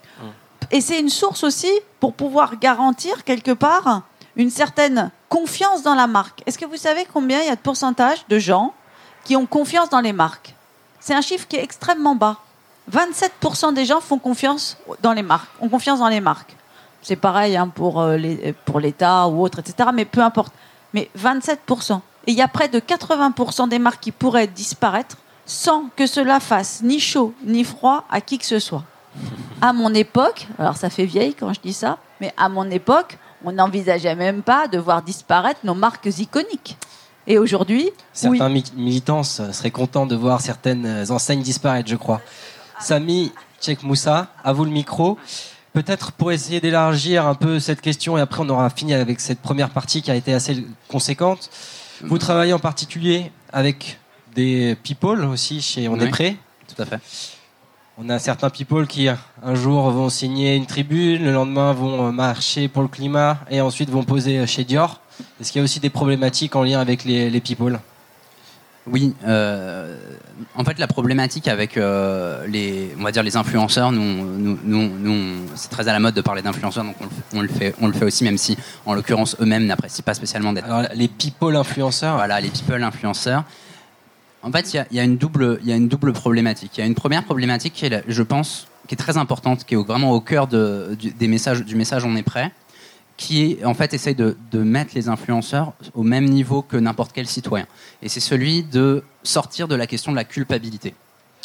Et c'est une source aussi pour pouvoir garantir, quelque part, une certaine confiance dans la marque. Est-ce que vous savez combien il y a de pourcentage de gens qui ont confiance dans les marques ? C'est un chiffre qui est extrêmement bas. vingt-sept pour cent des gens font confiance dans les marques, ont confiance dans les marques. C'est pareil hein, pour, euh, les, pour l'État ou autre, et cetera. Mais peu importe. Mais vingt-sept pour cent. Et il y a près de quatre-vingts pour cent des marques qui pourraient disparaître sans que cela fasse ni chaud ni froid à qui que ce soit. À mon époque, alors ça fait vieille quand je dis ça, mais à mon époque, on n'envisageait même pas de voir disparaître nos marques iconiques. Et aujourd'hui, certains oui. militants seraient contents de voir certaines enseignes disparaître, je crois. Samy Tchekmoussa, à vous le micro. Peut-être pour essayer d'élargir un peu cette question, et après on aura fini avec cette première partie qui a été assez conséquente. Vous travaillez en particulier avec des people aussi chez On oui, est prêt. Tout à fait. On a certains people qui un jour vont signer une tribune, le lendemain vont marcher pour le climat et ensuite vont poser chez Dior. Est-ce qu'il y a aussi des problématiques en lien avec les, les people ? Oui, euh, en fait la problématique avec euh, les, on va dire les influenceurs, nous, nous, nous, nous c'est très à la mode de parler d'influenceurs, donc on, on le fait, on le fait aussi, même si en l'occurrence eux-mêmes n'apprécient pas spécialement d'être. Alors les people influenceurs. Voilà, les people influenceurs. En fait, il y a, y a une double, il y a une double problématique. Il y a une première problématique qui est, la, je pense, qui est très importante, qui est vraiment au cœur de, du, des messages, du message On est prêt, qui en fait essaye de, de mettre les influenceurs au même niveau que n'importe quel citoyen. Et c'est celui de sortir de la question de la culpabilité.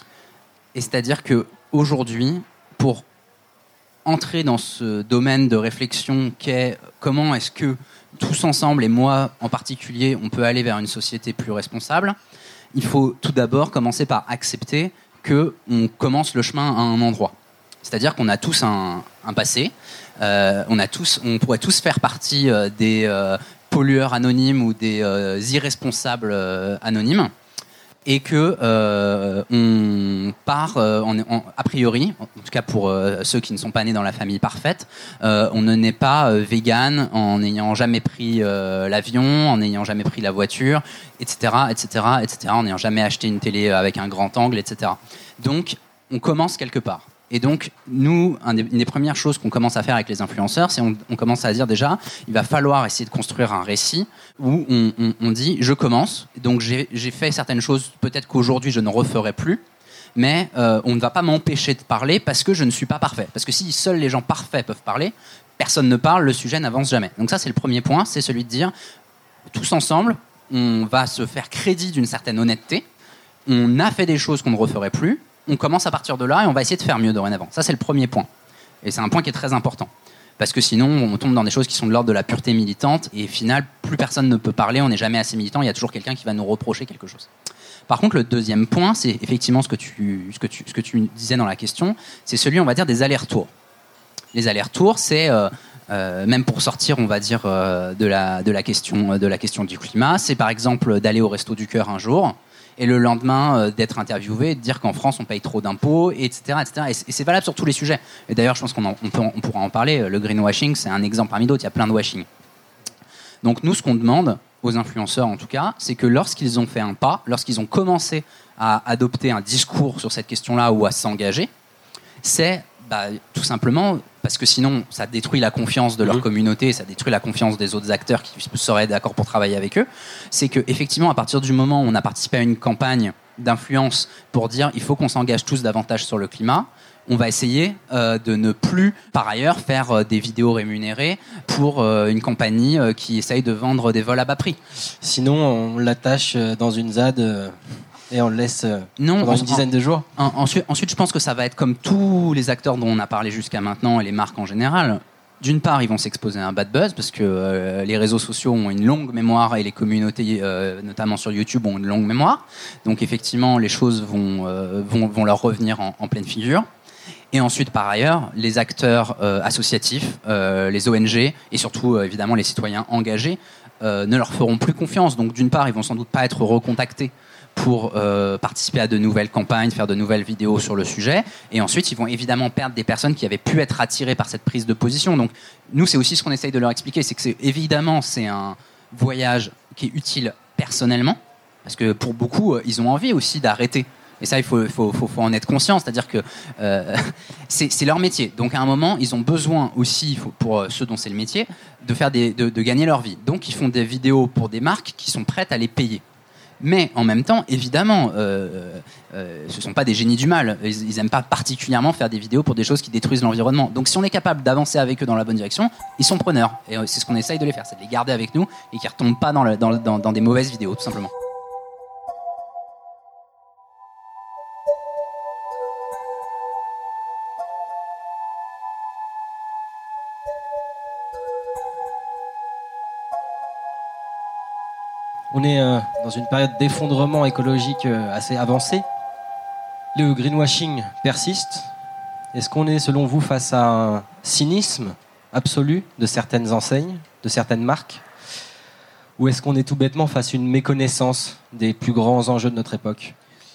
Et c'est-à-dire qu'aujourd'hui, pour entrer dans ce domaine de réflexion qu'est comment est-ce que tous ensemble, et moi en particulier, on peut aller vers une société plus responsable, il faut tout d'abord commencer par accepter qu'on commence le chemin à un endroit. C'est-à-dire qu'on a tous un, un passé, euh, on, a tous, on pourrait tous faire partie euh, des euh, pollueurs anonymes ou des euh, irresponsables euh, anonymes, et que euh, on part, euh, en, en, a priori, en tout cas pour euh, ceux qui ne sont pas nés dans la famille parfaite, euh, on ne naît pas euh, vegan en n'ayant jamais pris euh, l'avion, en n'ayant jamais pris la voiture, et cetera, et cetera, et cetera, en n'ayant jamais acheté une télé avec un grand angle, et cetera. Donc, on commence quelque part. Et donc, nous, un des, une des premières choses qu'on commence à faire avec les influenceurs, c'est on, on commence à dire déjà, il va falloir essayer de construire un récit où on, on, on dit, je commence, donc j'ai, j'ai fait certaines choses, peut-être qu'aujourd'hui je ne referai plus, mais euh, on ne va pas m'empêcher de parler parce que je ne suis pas parfait. Parce que si seuls les gens parfaits peuvent parler, personne ne parle, le sujet n'avance jamais. Donc ça, c'est le premier point, c'est celui de dire, tous ensemble, on va se faire crédit d'une certaine honnêteté, on a fait des choses qu'on ne referait plus, on commence à partir de là et on va essayer de faire mieux dorénavant. Ça, c'est le premier point. Et c'est un point qui est très important. Parce que sinon, on tombe dans des choses qui sont de l'ordre de la pureté militante et au final, plus personne ne peut parler, on n'est jamais assez militant, il y a toujours quelqu'un qui va nous reprocher quelque chose. Par contre, le deuxième point, c'est effectivement ce que tu, ce que tu, ce que tu disais dans la question, c'est celui, on va dire, des allers-retours. Les allers-retours, c'est... Euh, Euh, même pour sortir, on va dire, euh, de, la, de, la question, de la question du climat, c'est par exemple d'aller au Resto du Cœur un jour et le lendemain euh, d'être interviewé et de dire qu'en France on paye trop d'impôts, et cetera, et cetera. Et c'est, et c'est valable sur tous les sujets. Et d'ailleurs, je pense qu'on en, on peut, on pourra en parler. Le greenwashing, c'est un exemple parmi d'autres. Il y a plein de washing. Donc nous, ce qu'on demande aux influenceurs, en tout cas, c'est que lorsqu'ils ont fait un pas, lorsqu'ils ont commencé à adopter un discours sur cette question-là ou à s'engager, c'est bah, tout simplement parce que sinon, ça détruit la confiance de leur mmh. communauté, ça détruit la confiance des autres acteurs qui seraient d'accord pour travailler avec eux. C'est qu'effectivement, à partir du moment où on a participé à une campagne d'influence pour dire il faut qu'on s'engage tous davantage sur le climat, on va essayer euh, de ne plus, par ailleurs, faire euh, des vidéos rémunérées pour euh, une compagnie euh, qui essaye de vendre des vols à bas prix. Sinon, on l'attache dans une Z A D euh, et on le laisse euh, non, pendant en, une dizaine de jours. En, ensuite, ensuite, je pense que ça va être comme tous les acteurs dont on a parlé jusqu'à maintenant et les marques en général. D'une part, ils vont s'exposer à un bad buzz parce que euh, les réseaux sociaux ont une longue mémoire et les communautés, euh, notamment sur YouTube, ont une longue mémoire. Donc effectivement, les choses vont, euh, vont, vont leur revenir en, en pleine figure. Et ensuite, par ailleurs, les acteurs euh, associatifs, euh, les O N G et surtout, euh, évidemment, les citoyens engagés euh, ne leur feront plus confiance. Donc d'une part, ils vont sans doute pas être recontactés pour euh, participer à de nouvelles campagnes, faire de nouvelles vidéos sur le sujet. Et ensuite, ils vont évidemment perdre des personnes qui avaient pu être attirées par cette prise de position. Donc, nous, c'est aussi ce qu'on essaye de leur expliquer. C'est que, c'est, évidemment, c'est un voyage qui est utile personnellement, parce que pour beaucoup, euh, ils ont envie aussi d'arrêter. Et ça, il faut, faut, faut, faut en être conscient. C'est-à-dire que euh, c'est, c'est leur métier. Donc, à un moment, ils ont besoin aussi, faut, pour ceux dont c'est le métier, de, faire des, de, de gagner leur vie. Donc, ils font des vidéos pour des marques qui sont prêtes à les payer. Mais en même temps, évidemment, euh, euh, ce ne sont pas des génies du mal. Ils n'aiment pas particulièrement faire des vidéos pour des choses qui détruisent l'environnement. Donc si on est capable d'avancer avec eux dans la bonne direction, ils sont preneurs. Et c'est ce qu'on essaye de les faire, c'est de les garder avec nous et qu'ils ne retombent pas dans, le, dans, dans, dans des mauvaises vidéos, tout simplement. On est euh, dans une période d'effondrement écologique euh, assez avancée. Le greenwashing persiste. Est-ce qu'on est, selon vous, face à un cynisme absolu de certaines enseignes, de certaines marques ? Ou est-ce qu'on est tout bêtement face à une méconnaissance des plus grands enjeux de notre époque ?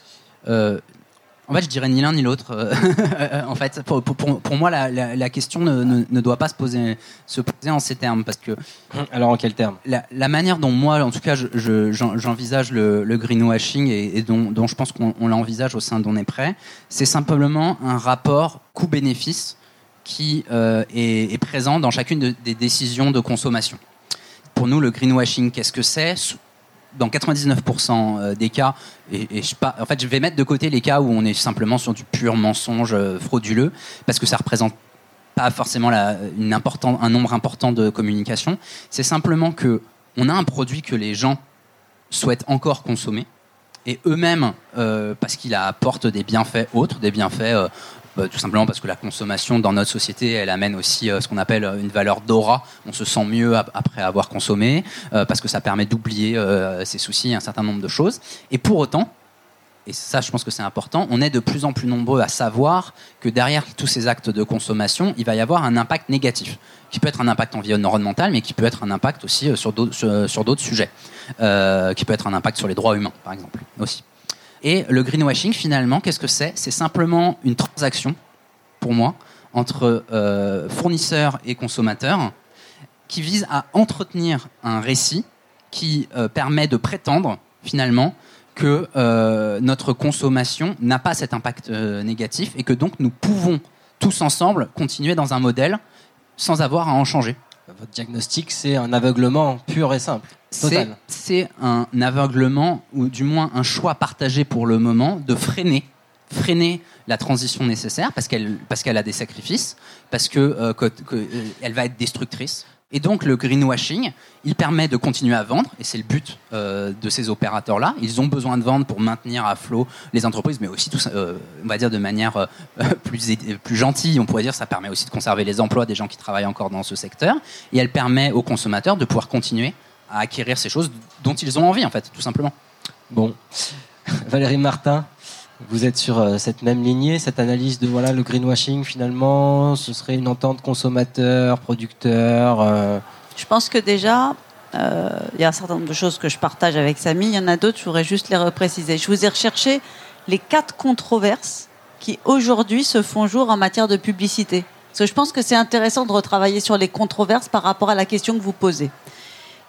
euh, En fait, je dirais ni l'un ni l'autre. En fait, pour, pour, pour moi, la, la, la question ne, ne, ne doit pas se poser, se poser en ces termes. Parce que, alors, en quels termes ? la, la manière dont moi, en tout cas, je, je, j'envisage le, le greenwashing et, et dont, dont je pense qu'on on l'envisage au sein d'On est prêt, c'est simplement un rapport coût-bénéfice qui euh, est, est présent dans chacune de, des décisions de consommation. Pour nous, le greenwashing, qu'est-ce que c'est ? Dans quatre-vingt-dix-neuf pour cent des cas, et, et je, pas, en fait, je vais mettre de côté les cas où on est simplement sur du pur mensonge frauduleux, parce que ça représente pas forcément la, une important, un nombre important de communications. C'est simplement que on a un produit que les gens souhaitent encore consommer, et eux-mêmes, euh, parce qu'il apporte des bienfaits autres, des bienfaits euh, bah, tout simplement parce que la consommation dans notre société, elle amène aussi euh, ce qu'on appelle une valeur d'aura. On se sent mieux ap- après avoir consommé, euh, parce que ça permet d'oublier euh, ses soucis, un certain nombre de choses. Et pour autant, et ça je pense que c'est important, on est de plus en plus nombreux à savoir que derrière tous ces actes de consommation, il va y avoir un impact négatif, qui peut être un impact environnemental, mais qui peut être un impact aussi sur d'autres, sur, sur d'autres sujets, euh, qui peut être un impact sur les droits humains, par exemple, aussi. Et le greenwashing, finalement, qu'est-ce que c'est ? C'est simplement une transaction, pour moi, entre euh, fournisseurs et consommateurs, qui vise à entretenir un récit qui euh, permet de prétendre, finalement, que euh, notre consommation n'a pas cet impact euh, négatif et que donc nous pouvons tous ensemble continuer dans un modèle sans avoir à en changer. Votre diagnostic, c'est un aveuglement pur et simple. C'est, c'est un aveuglement, ou du moins un choix partagé pour le moment, de freiner, freiner la transition nécessaire, parce qu'elle, parce qu'elle a des sacrifices, parce qu'elle euh, que, que, euh, va être destructrice. Et donc le greenwashing, il permet de continuer à vendre, et c'est le but euh, de ces opérateurs-là. Ils ont besoin de vendre pour maintenir à flot les entreprises, mais aussi, tout, euh, on va dire de manière euh, plus, plus gentille, on pourrait dire ça permet aussi de conserver les emplois des gens qui travaillent encore dans ce secteur, et elle permet aux consommateurs de pouvoir continuer à acquérir ces choses dont ils ont envie, en fait, tout simplement. Bon. Valérie Martin, vous êtes sur euh, cette même lignée, cette analyse de voilà, le greenwashing, finalement, ce serait une entente consommateur, producteur euh... Je pense que déjà, il euh, y a un certain nombre de choses que je partage avec Samy, il y en a d'autres, je voudrais juste les repréciser. Je vous ai recherché les quatre controverses qui, aujourd'hui, se font jour en matière de publicité. Parce que je pense que c'est intéressant de retravailler sur les controverses par rapport à la question que vous posez.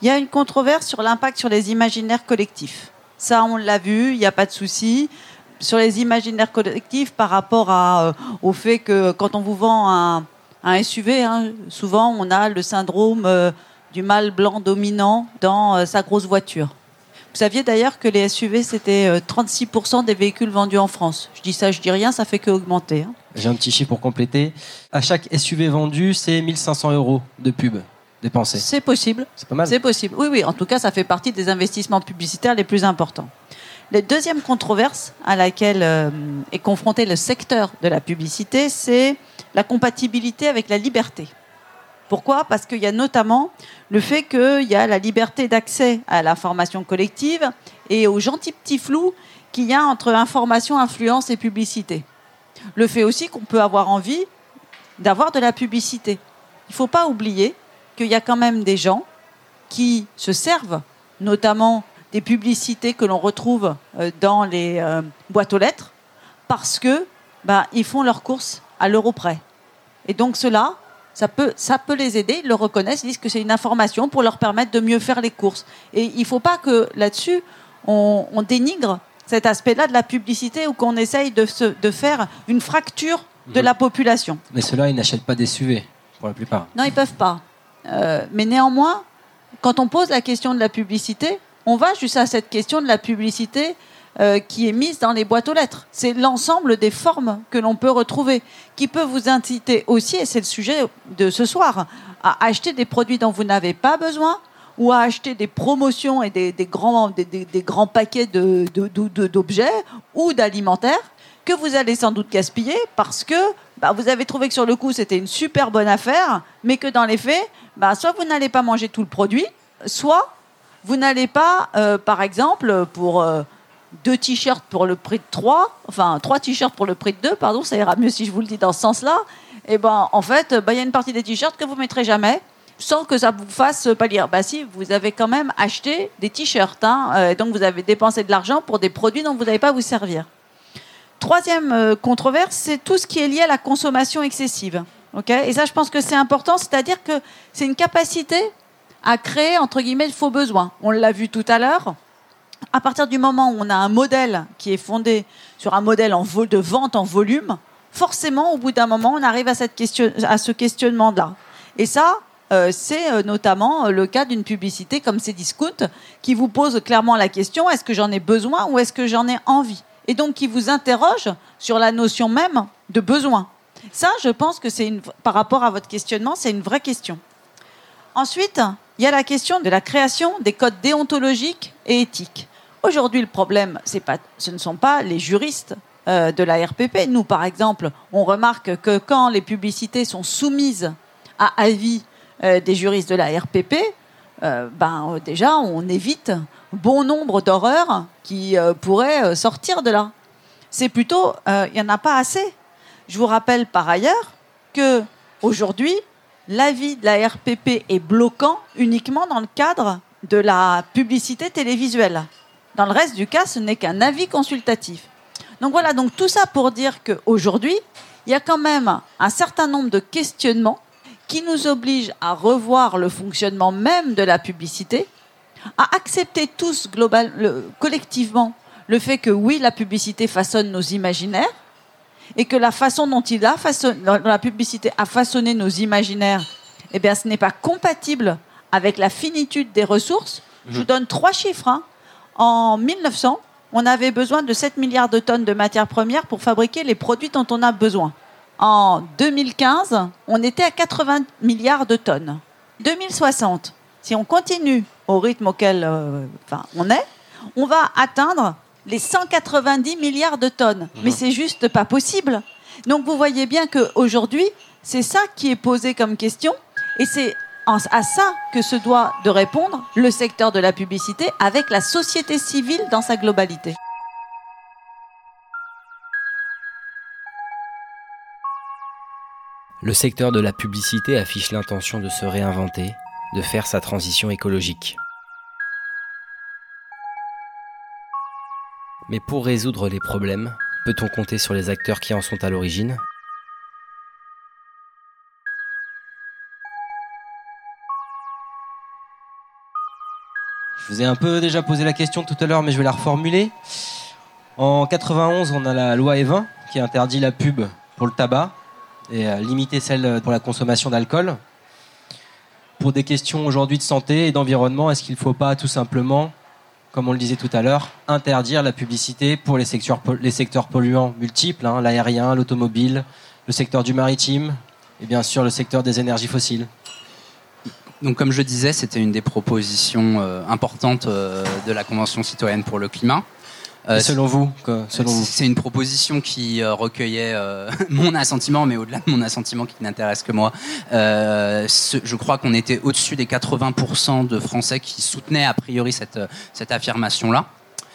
Il y a une controverse sur l'impact sur les imaginaires collectifs. Ça, on l'a vu, il n'y a pas de souci. Sur les imaginaires collectifs par rapport à, euh, au fait que quand on vous vend un, un S U V, hein, souvent on a le syndrome euh, du mâle blanc dominant dans euh, sa grosse voiture. Vous saviez d'ailleurs que les S U V, c'était euh, trente-six pour cent des véhicules vendus en France. Je dis ça, je dis rien, ça fait qu'augmenter. Hein. J'ai un petit chiffre pour compléter. À chaque S U V vendu, c'est mille cinq cents euros de pub dépensés. C'est possible. C'est pas mal. C'est possible. Oui, oui. En tout cas, ça fait partie des investissements publicitaires les plus importants. La deuxième controverse à laquelle euh, est confronté le secteur de la publicité, c'est la compatibilité avec la liberté. Pourquoi ? Parce qu'il y a notamment le fait qu'il y a la liberté d'accès à l'information collective et au gentil petit flou qu'il y a entre information, influence et publicité. Le fait aussi qu'on peut avoir envie d'avoir de la publicité. Il ne faut pas oublier qu'il y a quand même des gens qui se servent, notamment des publicités que l'on retrouve dans les euh, boîtes aux lettres, parce que bah, ils font leurs courses à l'euro près. Et donc cela, ça peut, ça peut les aider, ils le reconnaissent, ils disent que c'est une information pour leur permettre de mieux faire les courses. Et il ne faut pas que là-dessus, on, on dénigre cet aspect-là de la publicité ou qu'on essaye de, se, de faire une fracture de la population. Mais ceux-là, ils n'achètent pas des S U V, pour la plupart. Non, ils ne peuvent pas. Euh, mais néanmoins, quand on pose la question de la publicité, on va juste à cette question de la publicité euh, qui est mise dans les boîtes aux lettres. C'est l'ensemble des formes que l'on peut retrouver, qui peut vous inciter aussi, et c'est le sujet de ce soir, à acheter des produits dont vous n'avez pas besoin ou à acheter des promotions et des, des, grands, des, des, des grands paquets de, de, de, d'objets ou d'alimentaires que vous allez sans doute gaspiller parce que bah, vous avez trouvé que sur le coup, c'était une super bonne affaire, mais que dans les faits, bah, soit vous n'allez pas manger tout le produit, soit vous n'allez pas, euh, par exemple, pour euh, deux t-shirts pour le prix de trois, enfin trois t-shirts pour le prix de deux, pardon, ça ira mieux si je vous le dis dans ce sens-là, et ben en fait, il bah, y a une partie des t-shirts que vous ne mettrez jamais, sans que ça vous fasse pâlir. Bah si, vous avez quand même acheté des t-shirts, hein, euh, donc vous avez dépensé de l'argent pour des produits dont vous n'allez pas vous servir. Troisième euh, controverse, c'est tout ce qui est lié à la consommation excessive. Okay ? Et ça, je pense que c'est important, c'est-à-dire que c'est une capacité à créer, entre guillemets, le faux besoin. On l'a vu tout à l'heure. À partir du moment où on a un modèle qui est fondé sur un modèle en vo- de vente en volume, forcément, au bout d'un moment, on arrive à, cette question- à ce questionnement-là. Et ça, euh, c'est euh, notamment le cas d'une publicité comme Cdiscount qui vous pose clairement la question, est-ce que j'en ai besoin ou est-ce que j'en ai envie ? Et donc qui vous interroge sur la notion même de besoin. Ça, je pense que c'est une, par rapport à votre questionnement, c'est une vraie question. Ensuite, il y a la question de la création des codes déontologiques et éthiques. Aujourd'hui, le problème, c'est pas, ce ne sont pas les juristes euh, de la R P P. Nous, par exemple, on remarque que quand les publicités sont soumises à avis euh, des juristes de la R P P, euh, ben, euh, déjà, on évite bon nombre d'horreurs qui euh, pourraient euh, sortir de là. C'est plutôt, euh, il n'y en a pas assez. Je vous rappelle par ailleurs qu'aujourd'hui, l'avis de la R P P est bloquant uniquement dans le cadre de la publicité télévisuelle. Dans le reste du cas, ce n'est qu'un avis consultatif. Donc voilà, donc tout ça pour dire qu'aujourd'hui, il y a quand même un certain nombre de questionnements qui nous obligent à revoir le fonctionnement même de la publicité, à accepter tous global, le, collectivement le fait que oui, la publicité façonne nos imaginaires, et que la façon dont, il a façonné, dont la publicité a façonné nos imaginaires, eh bien, ce n'est pas compatible avec la finitude des ressources. Mmh. Je vous donne trois chiffres. Hein. En mille neuf cents, on avait besoin de sept milliards de tonnes de matières premières pour fabriquer les produits dont on a besoin. En deux mille quinze, on était à quatre-vingts milliards de tonnes. deux mille soixante, si on continue au rythme auquel euh, enfin, on est, on va atteindre les cent quatre-vingt-dix milliards de tonnes. Mmh. Mais c'est juste pas possible. Donc vous voyez bien qu'aujourd'hui, c'est ça qui est posé comme question, et c'est à ça que se doit de répondre le secteur de la publicité avec la société civile dans sa globalité. Le secteur de la publicité affiche l'intention de se réinventer, de faire sa transition écologique. Mais pour résoudre les problèmes, peut-on compter sur les acteurs qui en sont à l'origine ? Je vous ai un peu déjà posé la question tout à l'heure, mais je vais la reformuler. En quatre-vingt-onze, on a la loi E vingt qui interdit la pub pour le tabac et a limité celle pour la consommation d'alcool. Pour des questions aujourd'hui de santé et d'environnement, est-ce qu'il ne faut pas tout simplement, comme on le disait tout à l'heure, interdire la publicité pour les secteurs, les secteurs polluants multiples, hein, l'aérien, l'automobile, le secteur du maritime et bien sûr le secteur des énergies fossiles? Donc, comme je disais, c'était une des propositions euh, importantes euh, de la Convention citoyenne pour le climat. Euh, selon vous, que, selon vous C'est une proposition qui euh, recueillait euh, mon assentiment, mais au-delà de mon assentiment qui n'intéresse que moi, euh, ce, je crois qu'on était au-dessus des quatre-vingts pour cent de Français qui soutenaient a priori cette, cette affirmation-là.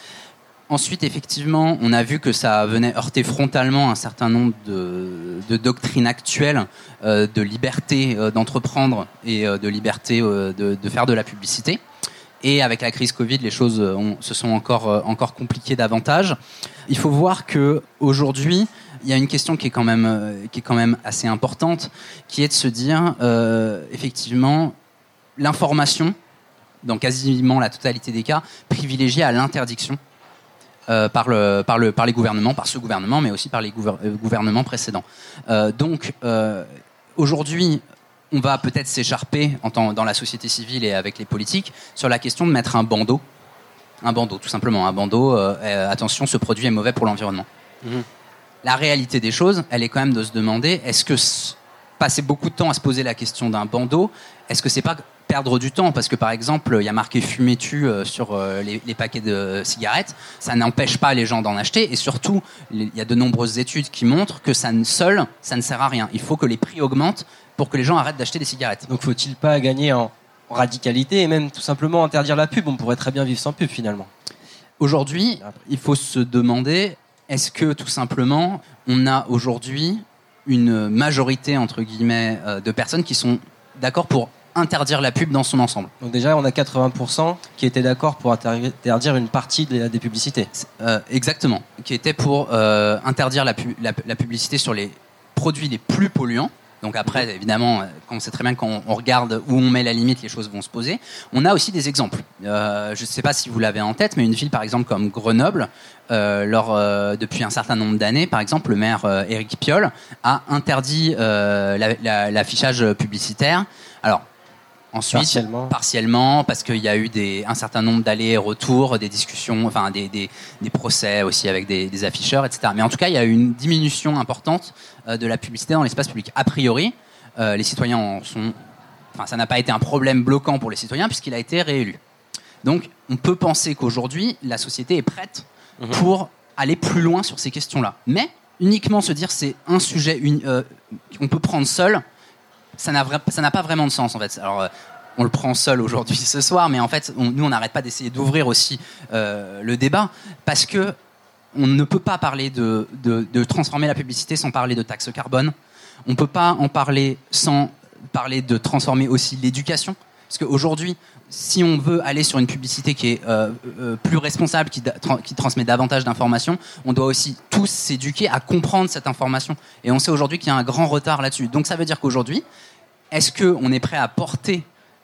Ensuite, effectivement, on a vu que ça venait heurter frontalement un certain nombre de, de doctrines actuelles euh, de liberté euh, d'entreprendre et euh, de liberté euh, de, de faire de la publicité. Et avec la crise Covid, les choses ont, se sont encore, euh, encore compliquées davantage. Il faut voir qu'aujourd'hui, il y a une question qui est quand même, euh, qui est quand même assez importante, qui est de se dire, euh, effectivement, l'information, dans quasiment la totalité des cas, privilégiée à l'interdiction euh, par, le, par, le, par les gouvernements, par ce gouvernement, mais aussi par les gouver- euh, gouvernements précédents. Euh, donc, euh, aujourd'hui, on va peut-être s'écharper en tant, dans la société civile et avec les politiques sur la question de mettre un bandeau. Un bandeau, tout simplement. Un bandeau, euh, euh, attention, ce produit est mauvais pour l'environnement. Mmh. La réalité des choses, elle est quand même de se demander, est-ce que c- passer beaucoup de temps à se poser la question d'un bandeau, est-ce que c'est pas perdre du temps? Parce que, par exemple, il y a marqué « Fumez tu euh, sur euh, les, les paquets de cigarettes. Ça n'empêche pas les gens d'en acheter. Et surtout, il y a de nombreuses études qui montrent que ça ne, seul, ça ne sert à rien. Il faut que les prix augmentent pour que les gens arrêtent d'acheter des cigarettes. Donc faut-il pas gagner en radicalité et même tout simplement interdire la pub? On pourrait très bien vivre sans pub finalement. Aujourd'hui, il faut se demander, est-ce que tout simplement, on a aujourd'hui une majorité, entre guillemets, de personnes qui sont d'accord pour interdire la pub dans son ensemble? Donc déjà, on a quatre-vingts pour cent qui étaient d'accord pour interdire une partie des, des publicités. Euh, exactement, qui étaient pour euh, interdire la, pu- la, la publicité sur les produits les plus polluants. Donc après, évidemment, on sait très bien quand on regarde où on met la limite, les choses vont se poser. On a aussi des exemples. Euh, je ne sais pas si vous l'avez en tête, mais une ville, par exemple, comme Grenoble, euh, lors, euh, depuis un certain nombre d'années, par exemple, le maire euh, Éric Piolle a interdit euh, la, la, l'affichage publicitaire. Alors, ensuite, partiellement. partiellement, parce qu'il y a eu des, un certain nombre d'allers et retours, des discussions, enfin des, des, des procès aussi avec des, des afficheurs, et cetera. Mais en tout cas, il y a eu une diminution importante euh, de la publicité dans l'espace public. A priori, euh, les citoyens en sont... Enfin, ça n'a pas été un problème bloquant pour les citoyens puisqu'il a été réélu. Donc, on peut penser qu'aujourd'hui, la société est prête mmh. pour aller plus loin sur ces questions-là. Mais uniquement se dire c'est un sujet une, euh, qu'on peut prendre seul, ça n'a, vra- ça n'a pas vraiment de sens en fait. Alors, euh, on le prend seul aujourd'hui ce soir, mais en fait, on, nous, on n'arrête pas d'essayer d'ouvrir aussi euh, le débat parce que on ne peut pas parler de, de, de transformer la publicité sans parler de taxe carbone. On ne peut pas en parler sans parler de transformer aussi l'éducation. Parce qu'aujourd'hui, si on veut aller sur une publicité qui est euh, euh, plus responsable, qui, da- tra- qui transmet davantage d'informations, on doit aussi tous s'éduquer à comprendre cette information. Et on sait aujourd'hui qu'il y a un grand retard là-dessus. Donc ça veut dire qu'aujourd'hui, est-ce qu'on est prêt à porter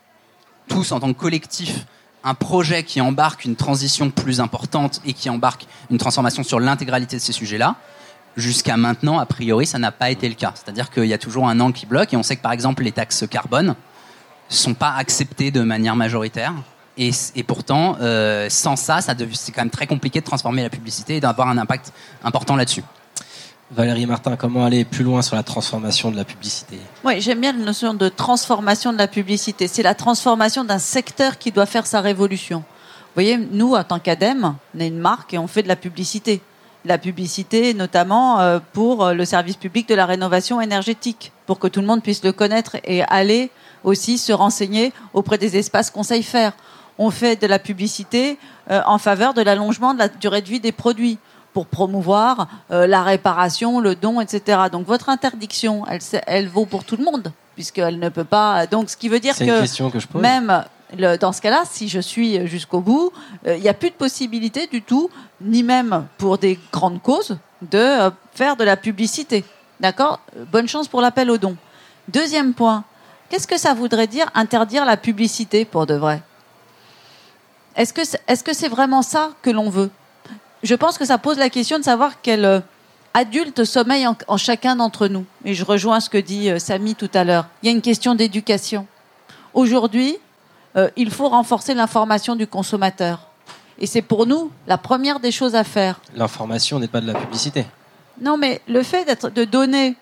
tous en tant que collectif un projet qui embarque une transition plus importante et qui embarque une transformation sur l'intégralité de ces sujets-là? Jusqu'à maintenant, a priori, ça n'a pas été le cas. C'est-à-dire qu'il y a toujours un angle qui bloque et on sait que par exemple les taxes carbone sont pas acceptées de manière majoritaire. Et, et pourtant, euh, sans ça, ça dev- c'est quand même très compliqué de transformer la publicité et d'avoir un impact important là-dessus. Valérie Martin, comment aller plus loin sur la transformation de la publicité? Oui, j'aime bien la notion de transformation de la publicité. C'est la transformation d'un secteur qui doit faire sa révolution. Vous voyez, nous, en tant qu'ADEME, on est une marque et on fait de la publicité. La publicité, notamment euh, pour le service public de la rénovation énergétique, pour que tout le monde puisse le connaître et aller aussi se renseigner auprès des espaces conseils faire. On fait de la publicité euh, en faveur de l'allongement de la durée de vie des produits, pour promouvoir euh, la réparation, le don, et cetera. Donc votre interdiction, elle, elle vaut pour tout le monde, puisqu'elle ne peut pas... Donc ce qui veut dire C'est que, une question que je pose. même le, dans ce cas-là, si je suis jusqu'au bout, il euh, n'y a plus de possibilité du tout, ni même pour des grandes causes, de euh, faire de la publicité. D'accord ? Bonne chance pour l'appel au don. Deuxième point, qu'est-ce que ça voudrait dire interdire la publicité pour de vrai ? est-ce que c'est, est-ce que c'est vraiment ça que l'on veut ? Je pense que ça pose la question de savoir quel euh, adulte sommeille en, en chacun d'entre nous. Et je rejoins ce que dit euh, Samy tout à l'heure. Il y a une question d'éducation. Aujourd'hui, euh, il faut renforcer l'information du consommateur. Et c'est pour nous la première des choses à faire. L'information n'est pas de la publicité. Non, mais le fait d'être, de donner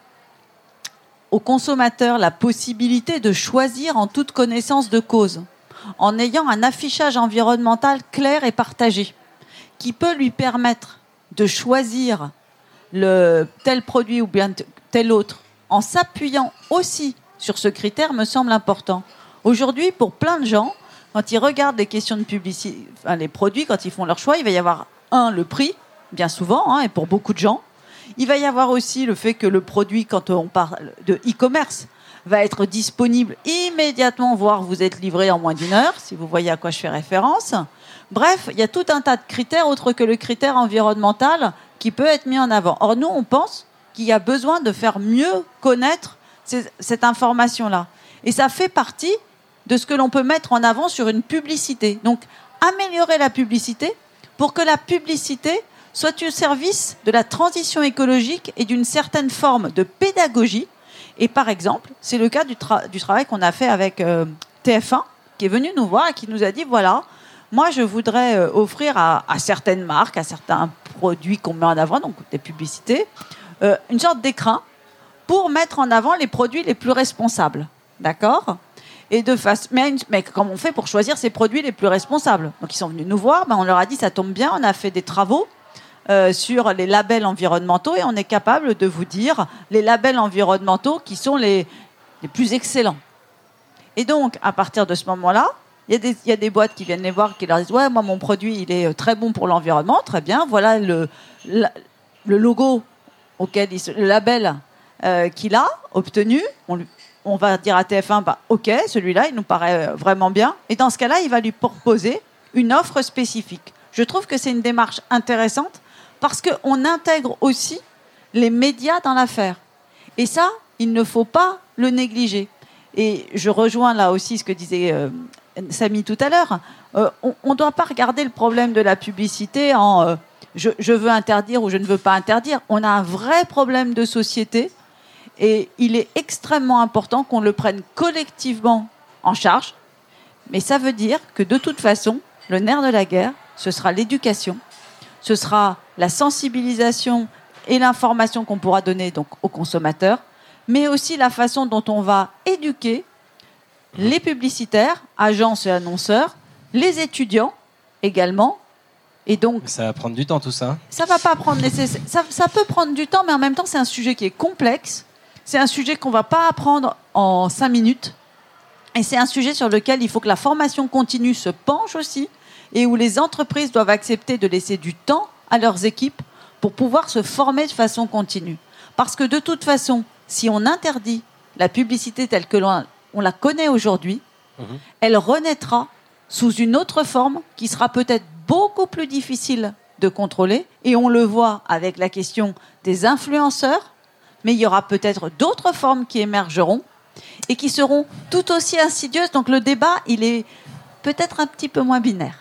au consommateur la possibilité de choisir en toute connaissance de cause, en ayant un affichage environnemental clair et partagé, qui peut lui permettre de choisir le, tel produit ou bien tel autre, en s'appuyant aussi sur ce critère, me semble important. Aujourd'hui, pour plein de gens, quand ils regardent les questions de publicité, enfin, les produits, quand ils font leur choix, il va y avoir, un, le prix, bien souvent, hein, et pour beaucoup de gens. Il va y avoir aussi le fait que le produit, quand on parle de e-commerce, va être disponible immédiatement, voire vous êtes livré en moins d'une heure, si vous voyez à quoi je fais référence. Bref, il y a tout un tas de critères autres que le critère environnemental qui peut être mis en avant. Or, nous, on pense qu'il y a besoin de faire mieux connaître ces, cette information-là. Et ça fait partie de ce que l'on peut mettre en avant sur une publicité. Donc, améliorer la publicité pour que la publicité soit au service de la transition écologique et d'une certaine forme de pédagogie. Et par exemple, c'est le cas du, tra- du travail qu'on a fait avec euh, T F un, qui est venu nous voir et qui nous a dit, voilà, moi je voudrais euh, offrir à, à certaines marques, à certains produits qu'on met en avant, donc des publicités, euh, une sorte d'écrin pour mettre en avant les produits les plus responsables. D'accord ? Et de face, mais, mais comment on fait pour choisir ces produits les plus responsables ? Donc ils sont venus nous voir, ben on leur a dit, ça tombe bien, on a fait des travaux Euh, sur les labels environnementaux et on est capable de vous dire les labels environnementaux qui sont les, les plus excellents. Et donc, à partir de ce moment-là, il y, y a des boîtes qui viennent les voir qui leur disent « Ouais, moi, mon produit, il est très bon pour l'environnement, très bien. Voilà le, le, le logo, auquel il se, le label euh, qu'il a obtenu. On, lui, on va dire à T F un bah, « Ok, celui-là, il nous paraît vraiment bien. » Et dans ce cas-là, il va lui proposer une offre spécifique. Je trouve que c'est une démarche intéressante parce qu'on intègre aussi les médias dans l'affaire. Et ça, il ne faut pas le négliger. Et je rejoins là aussi ce que disait euh, Samy tout à l'heure. Euh, on ne doit pas regarder le problème de la publicité en euh, je, je veux interdire ou je ne veux pas interdire. On a un vrai problème de société et il est extrêmement important qu'on le prenne collectivement en charge. Mais ça veut dire que de toute façon, le nerf de la guerre, ce sera l'éducation. Ce sera la sensibilisation et l'information qu'on pourra donner donc, aux consommateurs, mais aussi la façon dont on va éduquer les publicitaires, agences et annonceurs, les étudiants également. Et donc, ça va prendre du temps tout ça. Ça va pas prendre nécessaire. Ça, ça peut prendre du temps, mais en même temps, c'est un sujet qui est complexe. C'est un sujet qu'on va pas apprendre en cinq minutes. Et c'est un sujet sur lequel il faut que la formation continue se penche aussi, et où les entreprises doivent accepter de laisser du temps à leurs équipes pour pouvoir se former de façon continue. Parce que de toute façon, si on interdit la publicité telle que l'on on la connaît aujourd'hui, mmh. elle renaîtra sous une autre forme qui sera peut-être beaucoup plus difficile de contrôler. Et on le voit avec la question des influenceurs, mais il y aura peut-être d'autres formes qui émergeront et qui seront tout aussi insidieuses. Donc le débat, il est peut-être un petit peu moins binaire.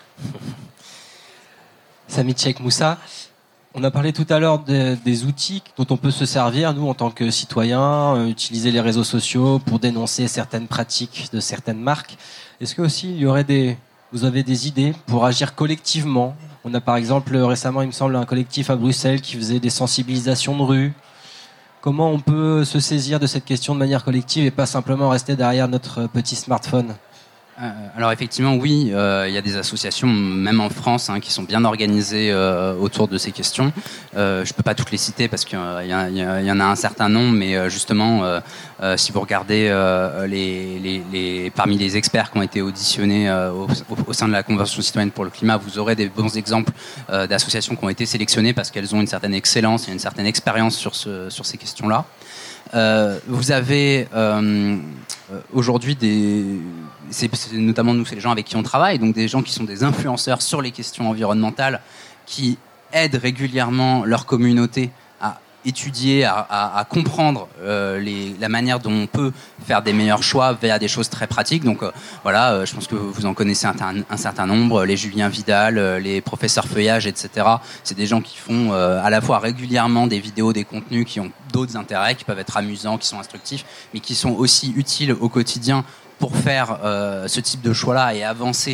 Samy Tchek-Moussa, on a parlé tout à l'heure de, des outils dont on peut se servir, nous, en tant que citoyens, euh, utiliser les réseaux sociaux pour dénoncer certaines pratiques de certaines marques. Est-ce que aussi il y aurait des, vous avez des idées pour agir collectivement ? On a par exemple récemment, il me semble, un collectif à Bruxelles qui faisait des sensibilisations de rue. Comment on peut se saisir de cette question de manière collective et pas simplement rester derrière notre petit smartphone ? Alors effectivement, oui, il euh, y a des associations, même en France, hein, qui sont bien organisées euh, autour de ces questions. Euh, je ne peux pas toutes les citer parce qu'il euh, y, y, y en a un certain nombre, mais euh, justement, euh, euh, si vous regardez euh, les, les, les, parmi les experts qui ont été auditionnés euh, au, au sein de la Convention citoyenne pour le climat, vous aurez des bons exemples euh, d'associations qui ont été sélectionnées parce qu'elles ont une certaine excellence et une certaine expérience sur, ce, sur ces questions-là. Euh, vous avez euh, aujourd'hui des, c'est, c'est notamment nous, c'est les gens avec qui on travaille, donc des gens qui sont des influenceurs sur les questions environnementales, qui aident régulièrement leur communauté à étudier, à, à, à comprendre euh, les, la manière dont on peut faire des meilleurs choix vers des choses très pratiques. Donc euh, voilà, euh, je pense que vous en connaissez un, un certain nombre, les Julien Vidal, euh, les professeurs Feuillage, et cetera. C'est des gens qui font euh, à la fois régulièrement des vidéos, des contenus qui ont d'autres intérêts, qui peuvent être amusants, qui sont instructifs, mais qui sont aussi utiles au quotidien pour faire euh, ce type de choix-là et avancer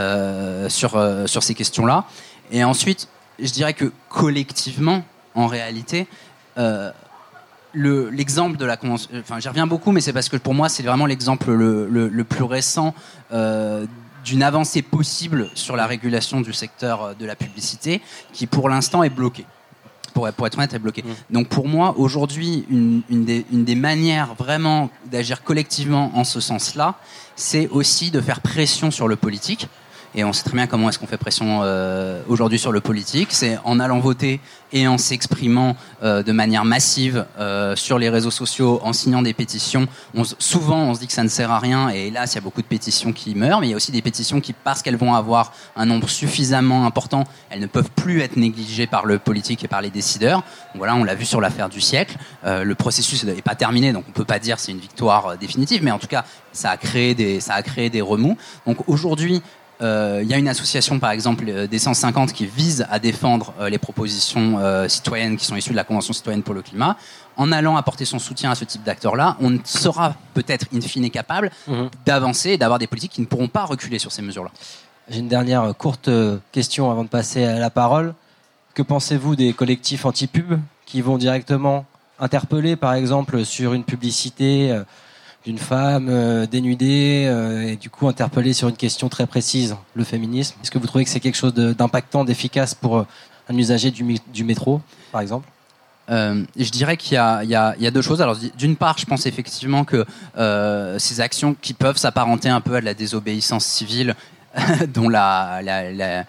euh, sur, euh, sur ces questions-là. Et ensuite, je dirais que collectivement, en réalité, Euh, le, l'exemple de la convention, enfin j'y reviens beaucoup, mais c'est parce que pour moi c'est vraiment l'exemple le, le, le plus récent euh, d'une avancée possible sur la régulation du secteur de la publicité qui pour l'instant est bloqué. Pour, pour être honnête, est bloqué. Mmh. Donc pour moi aujourd'hui une, une, des, une des manières vraiment d'agir collectivement en ce sens-là, c'est aussi de faire pression sur le politique. Et on sait très bien comment est-ce qu'on fait pression euh, aujourd'hui sur le politique. C'est en allant voter et en s'exprimant euh, de manière massive euh, sur les réseaux sociaux, en signant des pétitions. On, souvent, on se dit que ça ne sert à rien. Et hélas, il y a beaucoup de pétitions qui meurent. Mais il y a aussi des pétitions qui, parce qu'elles vont avoir un nombre suffisamment important, elles ne peuvent plus être négligées par le politique et par les décideurs. Donc voilà, on l'a vu sur l'affaire du siècle. Euh, le processus n'est pas terminé, donc on ne peut pas dire que c'est une victoire euh, définitive. Mais en tout cas, ça a créé des, ça a créé des remous. Donc aujourd'hui, il euh, y a une association, par exemple, euh, des cent cinquante qui vise à défendre euh, les propositions euh, citoyennes qui sont issues de la Convention citoyenne pour le climat. En allant apporter son soutien à ce type d'acteurs-là, on sera peut-être in fine capable mmh. d'avancer et d'avoir des politiques qui ne pourront pas reculer sur ces mesures-là. J'ai une dernière courte question avant de passer à la parole. Que pensez-vous des collectifs anti-pub qui vont directement interpeller, par exemple, sur une publicité euh, d'une femme euh, dénudée euh, et du coup interpellée sur une question très précise, le féminisme. Est-ce que vous trouvez que c'est quelque chose de, d'impactant, d'efficace pour un usager du, du métro, par exemple ? Euh, je dirais qu'il y a, il y a, il y a deux choses. Alors, d'une part, je pense effectivement que euh, ces actions qui peuvent s'apparenter un peu à de la désobéissance civile, dont la, la, la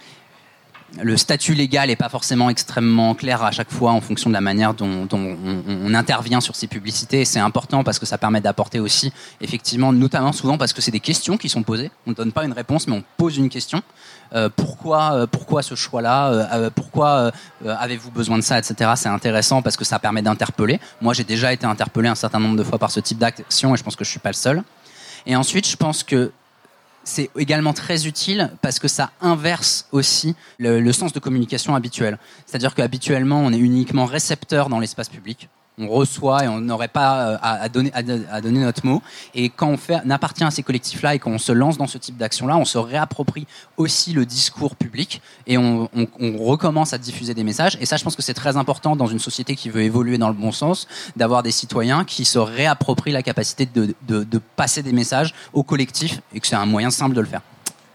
le statut légal n'est pas forcément extrêmement clair à chaque fois en fonction de la manière dont, dont on, on intervient sur ces publicités. Et c'est important parce que ça permet d'apporter aussi, effectivement, notamment souvent parce que c'est des questions qui sont posées. On ne donne pas une réponse, mais on pose une question. Euh, pourquoi, euh, pourquoi ce choix-là euh, Pourquoi euh, avez-vous besoin de ça, et cetera. C'est intéressant parce que ça permet d'interpeller. Moi, j'ai déjà été interpellé un certain nombre de fois par ce type d'action et je pense que je ne suis pas le seul. Et ensuite, je pense que c'est également très utile parce que ça inverse aussi le, le sens de communication habituel. C'est-à-dire qu'habituellement, on est uniquement récepteur dans l'espace public. On reçoit et on n'aurait pas à, à, donner, à, à donner notre mot. Et quand on, fait, on appartient à ces collectifs-là et quand on se lance dans ce type d'action-là, on se réapproprie aussi le discours public et on, on, on recommence à diffuser des messages. Et ça, je pense que c'est très important dans une société qui veut évoluer dans le bon sens, d'avoir des citoyens qui se réapproprient la capacité de, de, de passer des messages au collectif et que c'est un moyen simple de le faire.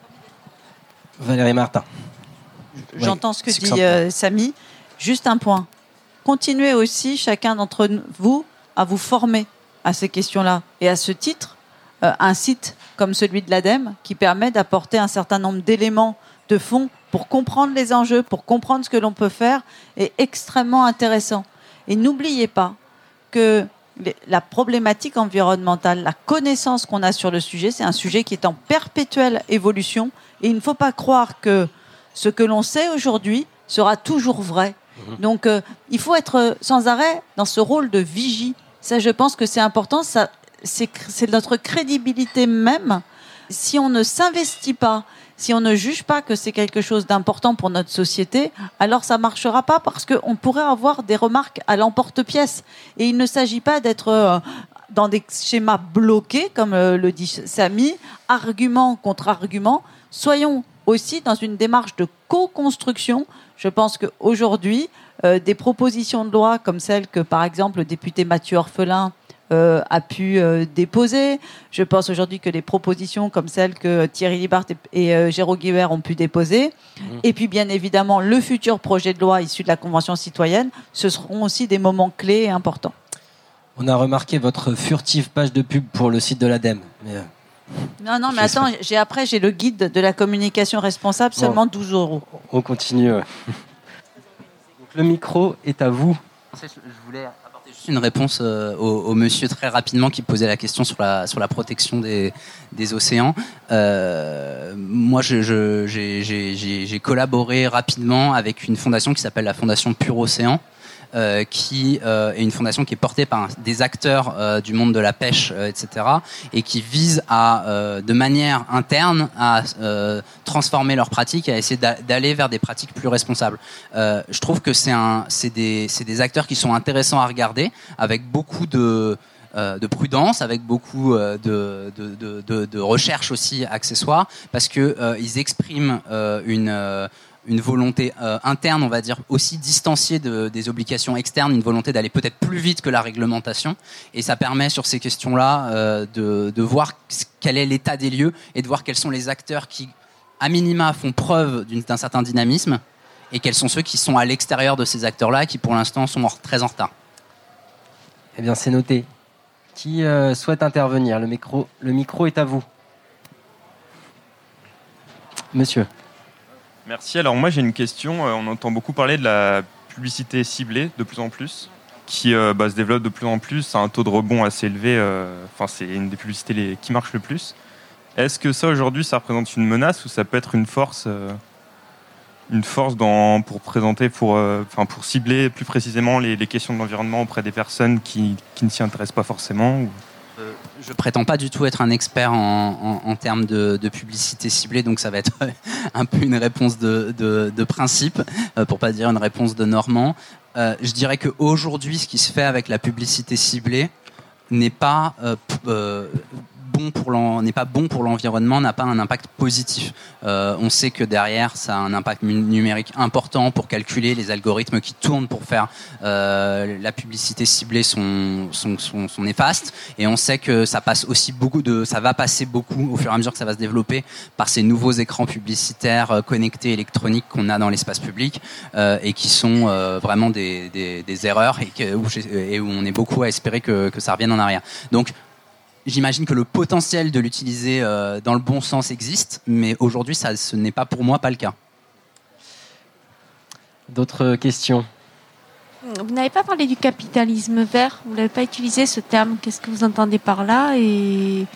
Valérie Martin. J'entends oui, ce que dit euh, Samy. Juste un point. Continuez aussi, chacun d'entre vous, à vous former à ces questions-là. Et à ce titre, euh, un site comme celui de l'ADEME, qui permet d'apporter un certain nombre d'éléments de fond pour comprendre les enjeux, pour comprendre ce que l'on peut faire, est extrêmement intéressant. Et n'oubliez pas que la problématique environnementale, la connaissance qu'on a sur le sujet, c'est un sujet qui est en perpétuelle évolution. Et il ne faut pas croire que ce que l'on sait aujourd'hui sera toujours vrai. Donc, euh, il faut être sans arrêt dans ce rôle de vigie. Ça, je pense que c'est important. Ça, c'est, c'est notre crédibilité même. Si on ne s'investit pas, si on ne juge pas que c'est quelque chose d'important pour notre société, alors ça ne marchera pas parce qu'on pourrait avoir des remarques à l'emporte-pièce. Et il ne s'agit pas d'être euh, dans des schémas bloqués, comme euh, le dit Samy, argument contre argument. Soyons aussi dans une démarche de co-construction. Je pense qu'aujourd'hui, euh, des propositions de loi comme celle que, par exemple, le député Mathieu Orphelin euh, a pu euh, déposer, je pense aujourd'hui que les propositions comme celles que Thierry Libart et, et euh, Géraud Guibert ont pu déposer, mmh. et puis bien évidemment le futur projet de loi issu de la Convention citoyenne, ce seront aussi des moments clés et importants. On a remarqué votre furtive page de pub pour le site de l'ADEME. Mais... Non, non, mais attends, j'ai, après, j'ai le guide de la communication responsable, seulement bon, douze euros. On continue. Donc, le micro est à vous. Je voulais apporter juste une réponse euh, au, au monsieur très rapidement qui posait la question sur la, sur la protection des, des océans. Euh, moi, je, je, j'ai, j'ai, j'ai, j'ai collaboré rapidement avec une fondation qui s'appelle la Fondation Pur Océan, euh, qui euh, est une fondation qui est portée par des acteurs euh, du monde de la pêche, euh, et cetera, et qui vise à, euh, de manière interne, à euh, transformer leurs pratiques, à essayer d'aller vers des pratiques plus responsables. Euh, je trouve que c'est un, c'est des, c'est des acteurs qui sont intéressants à regarder, avec beaucoup de Euh, de prudence, avec beaucoup euh, de, de, de, de, de recherche aussi accessoires, parce que euh, ils expriment euh, une, euh, une volonté euh, interne, on va dire, aussi distanciée de, des obligations externes, une volonté d'aller peut-être plus vite que la réglementation, et ça permet sur ces questions-là euh, de, de voir quel est l'état des lieux et de voir quels sont les acteurs qui, à minima, font preuve d'un certain dynamisme, et quels sont ceux qui sont à l'extérieur de ces acteurs-là, qui pour l'instant sont très en retard. Eh bien, c'est noté. Qui euh, souhaite intervenir ? Le micro, le micro est à vous. Monsieur. Merci. Alors moi j'ai une question. On entend beaucoup parler de la publicité ciblée de plus en plus, qui euh, bah, se développe de plus en plus à un taux de rebond assez élevé. Enfin, euh, c'est une des publicités les, qui marche le plus. Est-ce que ça aujourd'hui ça représente une menace ou ça peut être une force euh, une force dans, pour présenter, pour, euh, enfin, pour cibler plus précisément les, les questions de l'environnement auprès des personnes qui, qui ne s'y intéressent pas forcément ou... euh, Je prétends pas du tout être un expert en, en, en termes de, de publicité ciblée, donc ça va être un peu une réponse de, de, de principe, euh, pour pas dire une réponse de normand. Euh, je dirais qu'aujourd'hui, ce qui se fait avec la publicité ciblée n'est pas euh, euh, bon pour n'est pas bon pour l'environnement, n'a pas un impact positif. Euh, on sait que derrière, ça a un impact numérique important pour calculer les algorithmes qui tournent pour faire euh, la publicité ciblée sont, sont, sont, sont néfastes. Et on sait que ça passe aussi beaucoup de, ça va passer beaucoup au fur et à mesure que ça va se développer par ces nouveaux écrans publicitaires euh, connectés électroniques qu'on a dans l'espace public euh, et qui sont euh, vraiment des, des, des erreurs et, que, où et où on est beaucoup à espérer que, que ça revienne en arrière. Donc j'imagine que le potentiel de l'utiliser euh, dans le bon sens existe, mais aujourd'hui, ça, ce n'est pas pour moi pas le cas. D'autres questions ? Vous n'avez pas parlé du capitalisme vert, vous n'avez pas utilisé ce terme. Qu'est-ce que vous entendez par là et...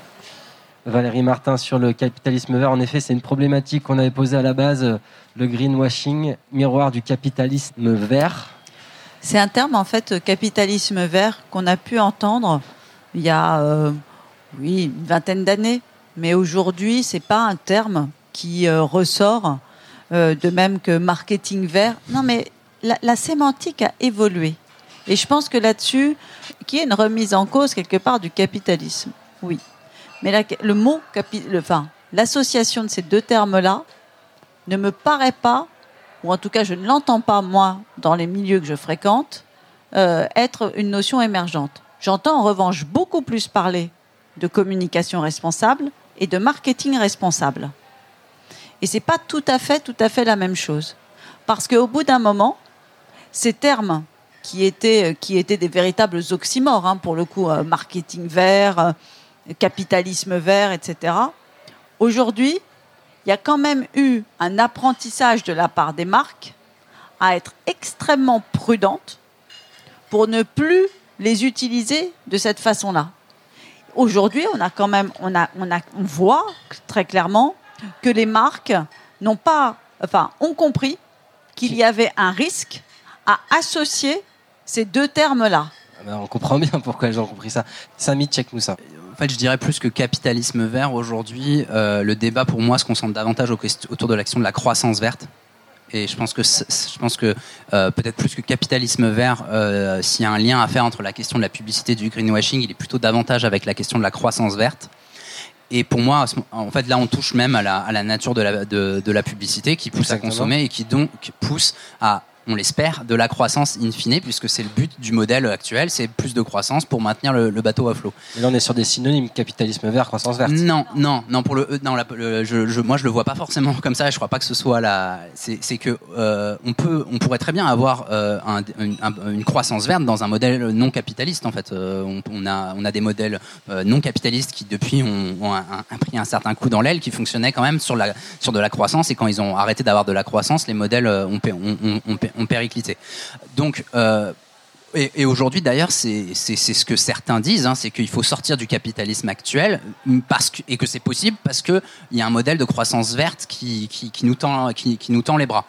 Valérie Martin, sur le capitalisme vert, en effet, c'est une problématique qu'on avait posée à la base, le greenwashing, miroir du capitalisme vert. C'est un terme, en fait, capitalisme vert, qu'on a pu entendre il y a euh, oui, une vingtaine d'années. Mais aujourd'hui, ce n'est pas un terme qui euh, ressort, euh, de même que marketing vert. Non, mais la, la sémantique a évolué. Et je pense que là-dessus, qu'il y ait une remise en cause, quelque part, du capitalisme. Oui. Mais la, le mot, capi, le, enfin, l'association de ces deux termes-là ne me paraît pas, ou en tout cas, je ne l'entends pas, moi, dans les milieux que je fréquente, euh, être une notion émergente. J'entends en revanche beaucoup plus parler de communication responsable et de marketing responsable. Et ce n'est pas tout à fait, tout à fait la même chose. Parce qu'au bout d'un moment, ces termes qui étaient, qui étaient des véritables oxymores, hein, pour le coup, euh, marketing vert, euh, capitalisme vert, et cetera, aujourd'hui, il y a quand même eu un apprentissage de la part des marques à être extrêmement prudentes pour ne plus les utiliser de cette façon-là. Aujourd'hui, on a quand même, on a, on a, on voit très clairement que les marques n'ont pas, enfin, ont compris qu'il y avait un risque à associer ces deux termes-là. Ben, on comprend bien pourquoi elles ont compris ça. Samy, check-nous ça. En fait, je dirais plus que capitalisme vert aujourd'hui, euh, le débat pour moi se concentre davantage au, autour de l'action de la croissance verte. Et je pense que, je pense que euh, peut-être plus que capitalisme vert, euh, s'il y a un lien à faire entre la question de la publicité et du greenwashing, il est plutôt davantage avec la question de la croissance verte. Et pour moi, en fait, là, on touche même à la, à la nature de la, de, de la publicité qui pousse Exactement. à consommer et qui donc pousse à, on l'espère, de la croissance in fine, puisque c'est le but du modèle actuel, c'est plus de croissance pour maintenir le, le bateau à flot. Mais là, on est sur des synonymes, capitalisme vert, croissance verte. Non, non, non. Pour le, non, la, le, je, je, moi, je le vois pas forcément comme ça. Je crois pas que ce soit la. C'est, c'est que euh, on peut, on pourrait très bien avoir euh, un, une, un, une croissance verte dans un modèle non capitaliste. En fait, euh, on, on a, on a des modèles euh, non capitalistes qui depuis ont, ont un, un, pris un certain coup dans l'aile, qui fonctionnaient quand même sur la, sur de la croissance. Et quand ils ont arrêté d'avoir de la croissance, les modèles ont, ont, ont, ont ont périclité. Donc, euh, et, et aujourd'hui d'ailleurs, c'est, c'est, c'est ce que certains disent, hein, c'est qu'il faut sortir du capitalisme actuel parce que, et que c'est possible parce qu'il y a un modèle de croissance verte qui, qui, qui, nous, tend, qui, qui nous tend les bras.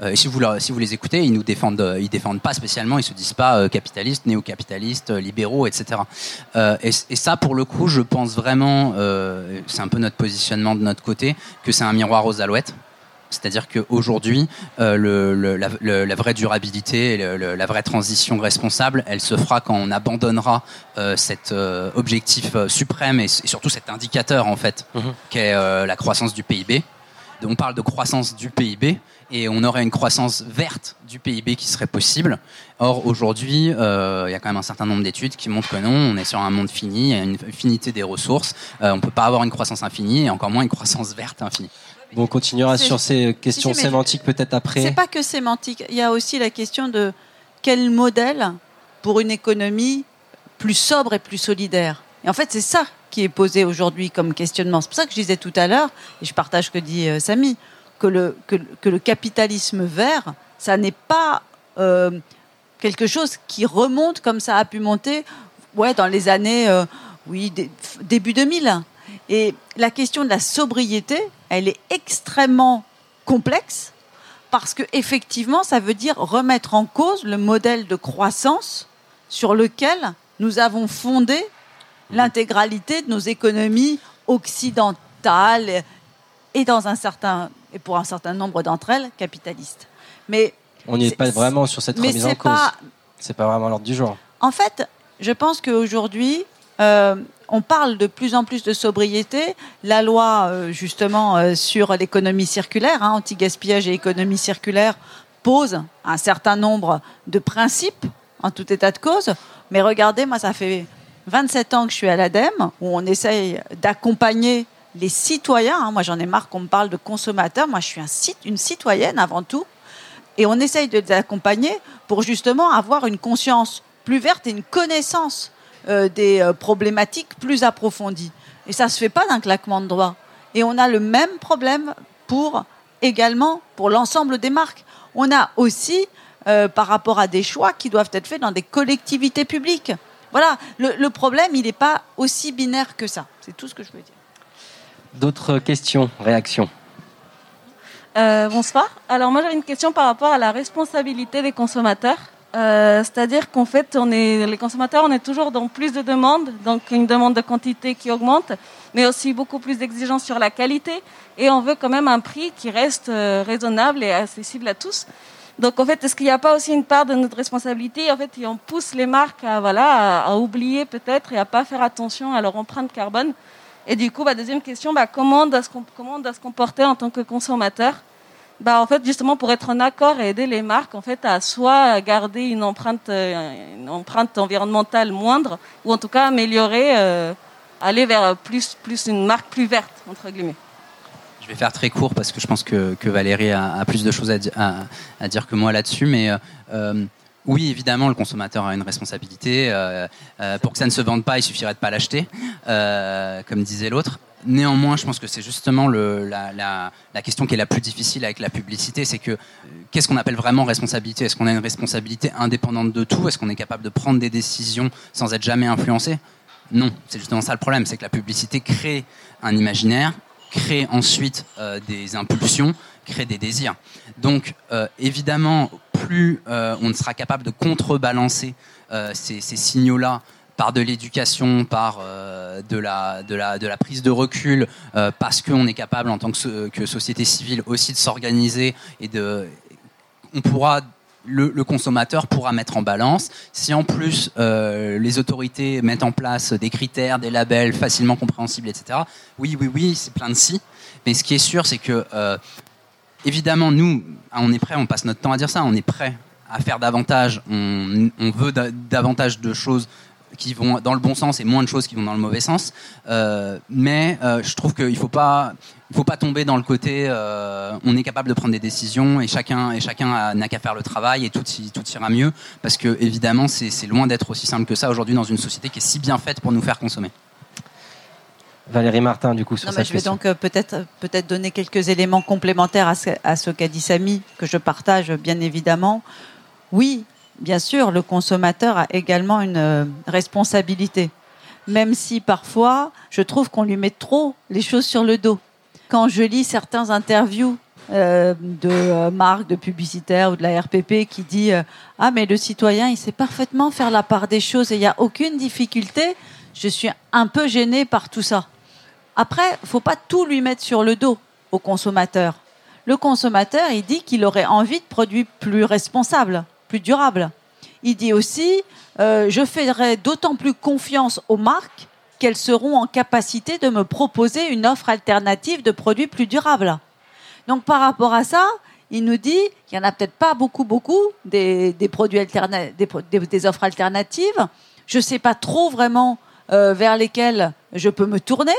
Euh, et si vous, leur, si vous les écoutez, ils nous défendent, ils défendent pas spécialement, ils se disent pas euh, capitalistes, néo-capitalistes, euh, libéraux, et cetera. Euh, et, et ça, pour le coup, je pense vraiment, euh, c'est un peu notre positionnement de notre côté, que c'est un miroir aux alouettes. C'est-à-dire qu'aujourd'hui, euh, le, le, la, le, la vraie durabilité, le, le, la vraie transition responsable, elle se fera quand on abandonnera euh, cet euh, objectif euh, suprême et, et surtout cet indicateur en fait, mmh. qu'est euh, la croissance du P I B. On parle de croissance du P I B et on aurait une croissance verte du P I B qui serait possible. Or, aujourd'hui, il euh, y a quand même un certain nombre d'études qui montrent que non, on est sur un monde fini, il y a une finité des ressources, euh, on ne peut pas avoir une croissance infinie et encore moins une croissance verte infinie. Bon, on continuera c'est... sur ces questions si, si, sémantiques je... peut-être après. C'est pas que sémantique. Il y a aussi la question de quel modèle pour une économie plus sobre et plus solidaire. Et en fait, c'est ça qui est posé aujourd'hui comme questionnement. C'est pour ça que je disais tout à l'heure, et je partage ce que dit euh, Samy, que le, que, que le capitalisme vert, ça n'est pas euh, quelque chose qui remonte comme ça a pu monter ouais, dans les années euh, oui, dé, début deux mille. Et la question de la sobriété, elle est extrêmement complexe parce que effectivement, ça veut dire remettre en cause le modèle de croissance sur lequel nous avons fondé l'intégralité de nos économies occidentales et dans un certain et pour un certain nombre d'entre elles capitalistes. Mais on n'y est, est pas vraiment sur cette remise en cause. Pas, c'est pas vraiment l'ordre du jour. En fait, je pense qu'aujourd'hui, euh, on parle de plus en plus de sobriété. La loi, euh, justement, euh, sur l'économie circulaire, hein, anti-gaspillage et économie circulaire, pose un certain nombre de principes, en tout état de cause. Mais regardez, moi, ça fait vingt-sept ans que je suis à l'ADEME, où on essaye d'accompagner les citoyens. Hein. Moi, j'en ai marre qu'on me parle de consommateurs. Moi, je suis un, une citoyenne avant tout. Et on essaye de les accompagner pour, justement, avoir une conscience plus verte et une connaissance Euh, des euh, problématiques plus approfondies. Et ça ne se fait pas d'un claquement de doigts. Et on a le même problème pour, également pour l'ensemble des marques. On a aussi, euh, par rapport à des choix qui doivent être faits dans des collectivités publiques. Voilà, le, le problème, il n'est pas aussi binaire que ça. C'est tout ce que je veux dire. D'autres questions, réactions ? euh, Bonsoir. Alors moi, j'avais une question par rapport à la responsabilité des consommateurs. Euh, c'est-à-dire qu'en fait, on est, les consommateurs, on est toujours dans plus de demandes, donc une demande de quantité qui augmente, mais aussi beaucoup plus d'exigences sur la qualité, et on veut quand même un prix qui reste euh, raisonnable et accessible à tous. Donc en fait, est-ce qu'il n'y a pas aussi une part de notre responsabilité ? En fait, on pousse les marques à, voilà, à, à oublier peut-être et à pas faire attention à leur empreinte carbone. Et du coup, bah, deuxième question, bah, comment on doit se, comment on doit se comporter en tant que consommateur ? Bah, en fait, justement, pour être en accord et aider les marques en fait, à soit garder une empreinte, une empreinte environnementale moindre, ou en tout cas améliorer, euh, aller vers plus, plus une marque plus verte, entre guillemets. Je vais faire très court parce que je pense que, que Valérie a, a plus de choses à, di- à, à dire que moi là-dessus, mais euh, oui, évidemment, le consommateur a une responsabilité. Euh, euh, pour que ça ne se vende pas, il suffirait de ne pas l'acheter, euh, comme disait l'autre. Néanmoins, je pense que c'est justement le, la, la, la question qui est la plus difficile avec la publicité, c'est que euh, qu'est-ce qu'on appelle vraiment responsabilité ? Est-ce qu'on a une responsabilité indépendante de tout ? Est-ce qu'on est capable de prendre des décisions sans être jamais influencé ? Non, c'est justement ça le problème, c'est que la publicité crée un imaginaire, crée ensuite euh, des impulsions, crée des désirs. Donc, euh, évidemment, plus euh, on sera capable de contrebalancer euh, ces, ces signaux-là par de l'éducation, par euh, de, la, de, la, de la prise de recul, euh, parce qu'on est capable en tant que, que société civile aussi de s'organiser et de, on pourra, le, le consommateur pourra mettre en balance. Si en plus euh, les autorités mettent en place des critères, des labels facilement compréhensibles, et cetera. Oui, oui, oui, c'est plein de si. Mais ce qui est sûr, c'est que euh, évidemment, nous, on est prêts, on passe notre temps à dire ça, on est prêts à faire davantage, on, on veut da- davantage de choses qui vont dans le bon sens et moins de choses qui vont dans le mauvais sens. Euh, mais euh, je trouve qu'il ne faut pas, il faut pas tomber dans le côté euh, on est capable de prendre des décisions et chacun, et chacun a, n'a qu'à faire le travail et tout, tout ira mieux. Parce que évidemment, c'est, c'est loin d'être aussi simple que ça aujourd'hui dans une société qui est si bien faite pour nous faire consommer. Valérie Martin, du coup, sur non, cette je vais question. donc euh, peut-être, peut-être donner quelques éléments complémentaires à ce, à ce qu'a dit Samy, que je partage bien évidemment. Oui, bien sûr, le consommateur a également une euh, responsabilité, même si parfois, je trouve qu'on lui met trop les choses sur le dos. Quand je lis certains interviews euh, de euh, marque, de publicitaire ou de la R P P qui dit euh, « Ah, mais le citoyen, il sait parfaitement faire la part des choses et il n'y a aucune difficulté. » Je suis un peu gênée par tout ça. Après, il ne faut pas tout lui mettre sur le dos au consommateur. Le consommateur, il dit qu'il aurait envie de produits plus responsables, plus durables. Il dit aussi euh, « Je ferai d'autant plus confiance aux marques qu'elles seront en capacité de me proposer une offre alternative de produits plus durables. » Donc, par rapport à ça, il nous dit qu'il n'y en a peut-être pas beaucoup, beaucoup des, des, produits alterna- des, des, des offres alternatives. Je ne sais pas trop vraiment euh, vers lesquelles je peux me tourner.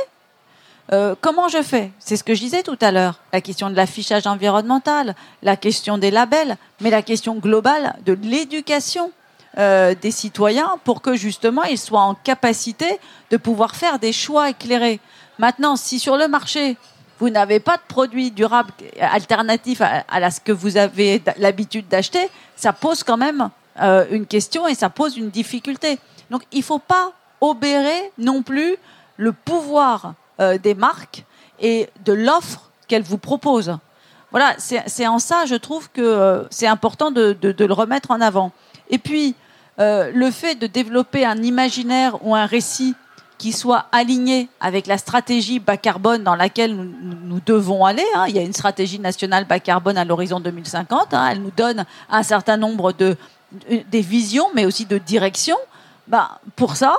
Euh, comment je fais ? C'est ce que je disais tout à l'heure. La question de l'affichage environnemental, la question des labels, mais la question globale de l'éducation euh, des citoyens pour que justement ils soient en capacité de pouvoir faire des choix éclairés. Maintenant, si sur le marché, vous n'avez pas de produits durables alternatifs à, à ce que vous avez l'habitude d'acheter, ça pose quand même euh, une question et ça pose une difficulté. Donc, il ne faut pas obérer non plus le pouvoir euh, des marques et de l'offre qu'elles vous proposent. Voilà, c'est, c'est en ça, je trouve que euh, c'est important de, de, de le remettre en avant. Et puis, euh, le fait de développer un imaginaire ou un récit qui soit aligné avec la stratégie bas carbone dans laquelle nous, nous devons aller. Hein. Il y a une stratégie nationale bas carbone à l'horizon deux mille cinquante. Hein. Elle nous donne un certain nombre de, des visions, mais aussi de directions. Ben, pour ça,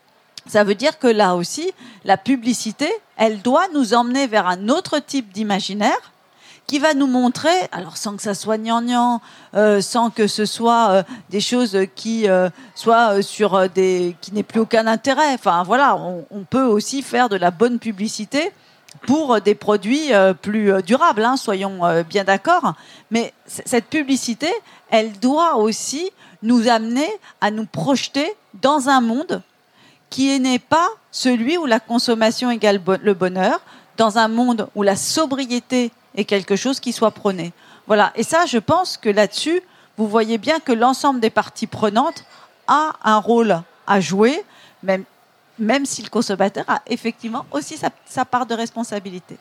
ça veut dire que là aussi, la publicité, elle doit nous emmener vers un autre type d'imaginaire qui va nous montrer, alors sans que ça soit gnangnan, euh, sans que ce soit euh, des choses qui euh, soient euh, sur euh, des qui n'aient plus aucun intérêt. Enfin voilà, on, on peut aussi faire de la bonne publicité pour euh, des produits euh, plus euh, durables, hein, soyons euh, bien d'accord. Mais c- cette publicité, elle doit aussi nous amener à nous projeter dans un monde qui n'est pas celui où la consommation égale bo- le bonheur, dans un monde où la sobriété est quelque chose qui soit prôné. Voilà. Et ça, je pense que là-dessus, vous voyez bien que l'ensemble des parties prenantes a un rôle à jouer, même, même si le consommateur a effectivement aussi sa, sa part de responsabilité.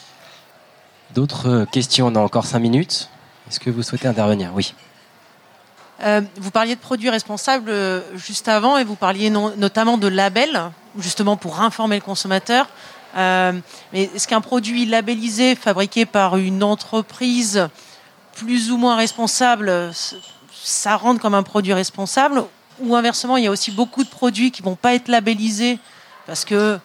D'autres questions ? On a encore cinq minutes. Est-ce que vous souhaitez intervenir ? Oui. Euh, vous parliez de produits responsables euh, juste avant et vous parliez non, notamment de labels, justement pour informer le consommateur. Euh, mais est-ce qu'un produit labellisé, fabriqué par une entreprise plus ou moins responsable, ça rentre comme un produit responsable ? Ou inversement, il y a aussi beaucoup de produits qui ne vont pas être labellisés parce que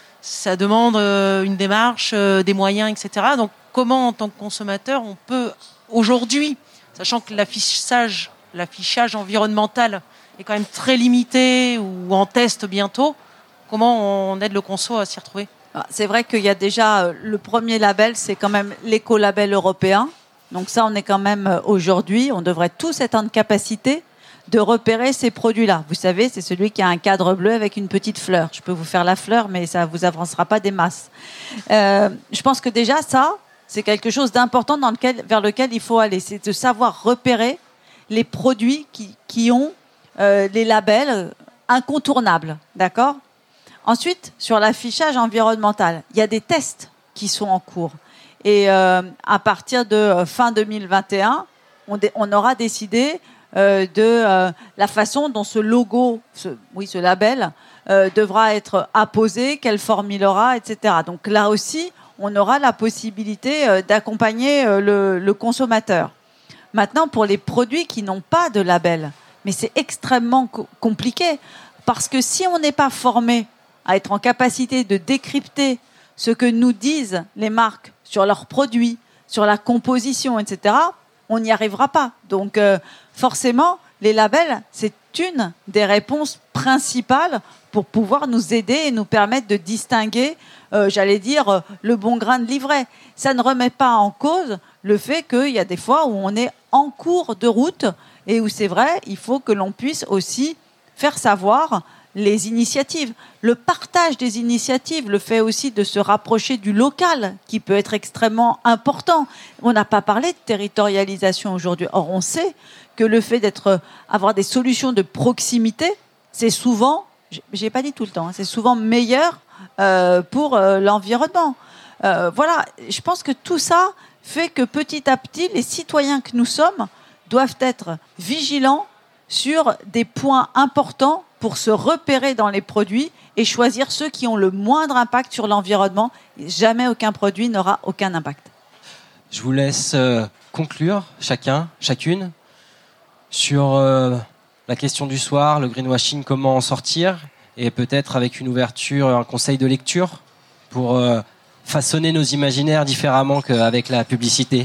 ça demande une démarche, des moyens, et cetera. Donc comment, en tant que consommateur, on peut aujourd'hui, sachant que l'affichage, l'affichage environnemental est quand même très limité ou en test bientôt, comment on aide le conso à s'y retrouver ? C'est vrai qu'il y a déjà le premier label, c'est quand même l'écolabel européen. Donc ça, on est quand même aujourd'hui, on devrait tous être en capacité de repérer ces produits-là. Vous savez, c'est celui qui a un cadre bleu avec une petite fleur. Je peux vous faire la fleur, mais ça ne vous avancera pas des masses. Euh, je pense que déjà, ça, c'est quelque chose d'important dans lequel, vers lequel il faut aller. C'est de savoir repérer les produits qui, qui ont euh, les labels incontournables. D'accord ? Ensuite, sur l'affichage environnemental, il y a des tests qui sont en cours. Et euh, à partir de fin deux mille vingt et un, on, dé- on aura décidé euh, de euh, la façon dont ce logo, ce, oui, ce label, euh, devra être apposé, quelle forme il aura, et cetera. Donc là aussi, on aura la possibilité euh, d'accompagner euh, le, le consommateur. Maintenant, pour les produits qui n'ont pas de label, mais c'est extrêmement co- compliqué, parce que si on n'est pas formé à être en capacité de décrypter ce que nous disent les marques sur leurs produits, sur la composition, et cetera, on n'y arrivera pas. Donc, euh, forcément, les labels, c'est une des réponses principales pour pouvoir nous aider et nous permettre de distinguer, euh, j'allais dire, le bon grain de livret. Ça ne remet pas en cause le fait qu'il y a des fois où on est en cours de route et où c'est vrai, il faut que l'on puisse aussi faire savoir les initiatives. Le partage des initiatives, le fait aussi de se rapprocher du local, qui peut être extrêmement important. On n'a pas parlé de territorialisation aujourd'hui. Or, on sait que le fait d'être, avoir des solutions de proximité, c'est souvent, j'ai pas dit tout le temps, hein, c'est souvent meilleur euh, pour euh, l'environnement. Euh, voilà, je pense que tout ça, fait que petit à petit, les citoyens que nous sommes doivent être vigilants sur des points importants pour se repérer dans les produits et choisir ceux qui ont le moindre impact sur l'environnement. Jamais aucun produit n'aura aucun impact. Je vous laisse euh, conclure, chacun, chacune, sur euh, la question du soir, le greenwashing, comment en sortir, et peut-être avec une ouverture, un conseil de lecture pour euh, façonner nos imaginaires différemment qu'avec la publicité.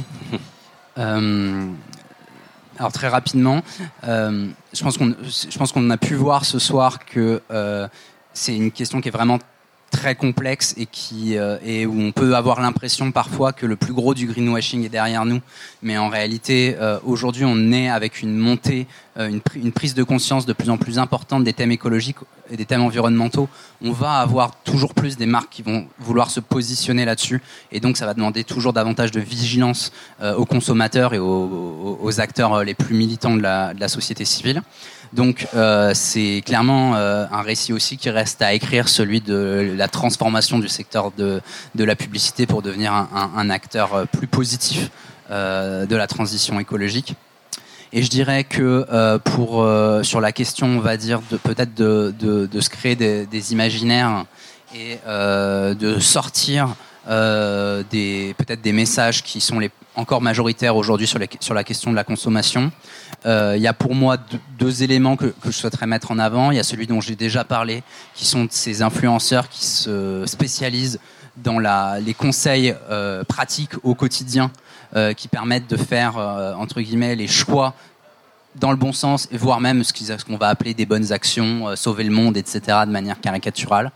euh, alors très rapidement, euh, je pense qu'on, je pense qu'on a pu voir ce soir que euh, c'est une question qui est vraiment très complexe et qui euh, et où on peut avoir l'impression parfois que le plus gros du greenwashing est derrière nous, mais en réalité euh, aujourd'hui on est avec une montée, euh, une, une prise de conscience de plus en plus importante des thèmes écologiques et des thèmes environnementaux. On va avoir toujours plus des marques qui vont vouloir se positionner là-dessus, et donc ça va demander toujours davantage de vigilance euh, aux consommateurs et aux, aux, aux acteurs les plus militants de la, de la société civile. Donc euh, c'est clairement euh, un récit aussi qui reste à écrire, celui de la transformation du secteur de, de la publicité pour devenir un, un, un acteur plus positif euh, de la transition écologique. Et je dirais que euh, pour euh, sur la question, on va dire, de, peut-être de, de, de se créer des, des imaginaires et euh, de sortir euh, des, peut-être des messages qui sont les, encore majoritaires aujourd'hui sur, les, sur la question de la consommation. Il euh, y a pour moi deux, deux éléments que, que je souhaiterais mettre en avant. Il y a celui dont j'ai déjà parlé, qui sont ces influenceurs qui se spécialisent dans la, les conseils euh, pratiques au quotidien, euh, qui permettent de faire, euh, entre guillemets, les choix dans le bon sens, et voire même ce qu'on va appeler des bonnes actions, euh, sauver le monde, et cetera, de manière caricaturale.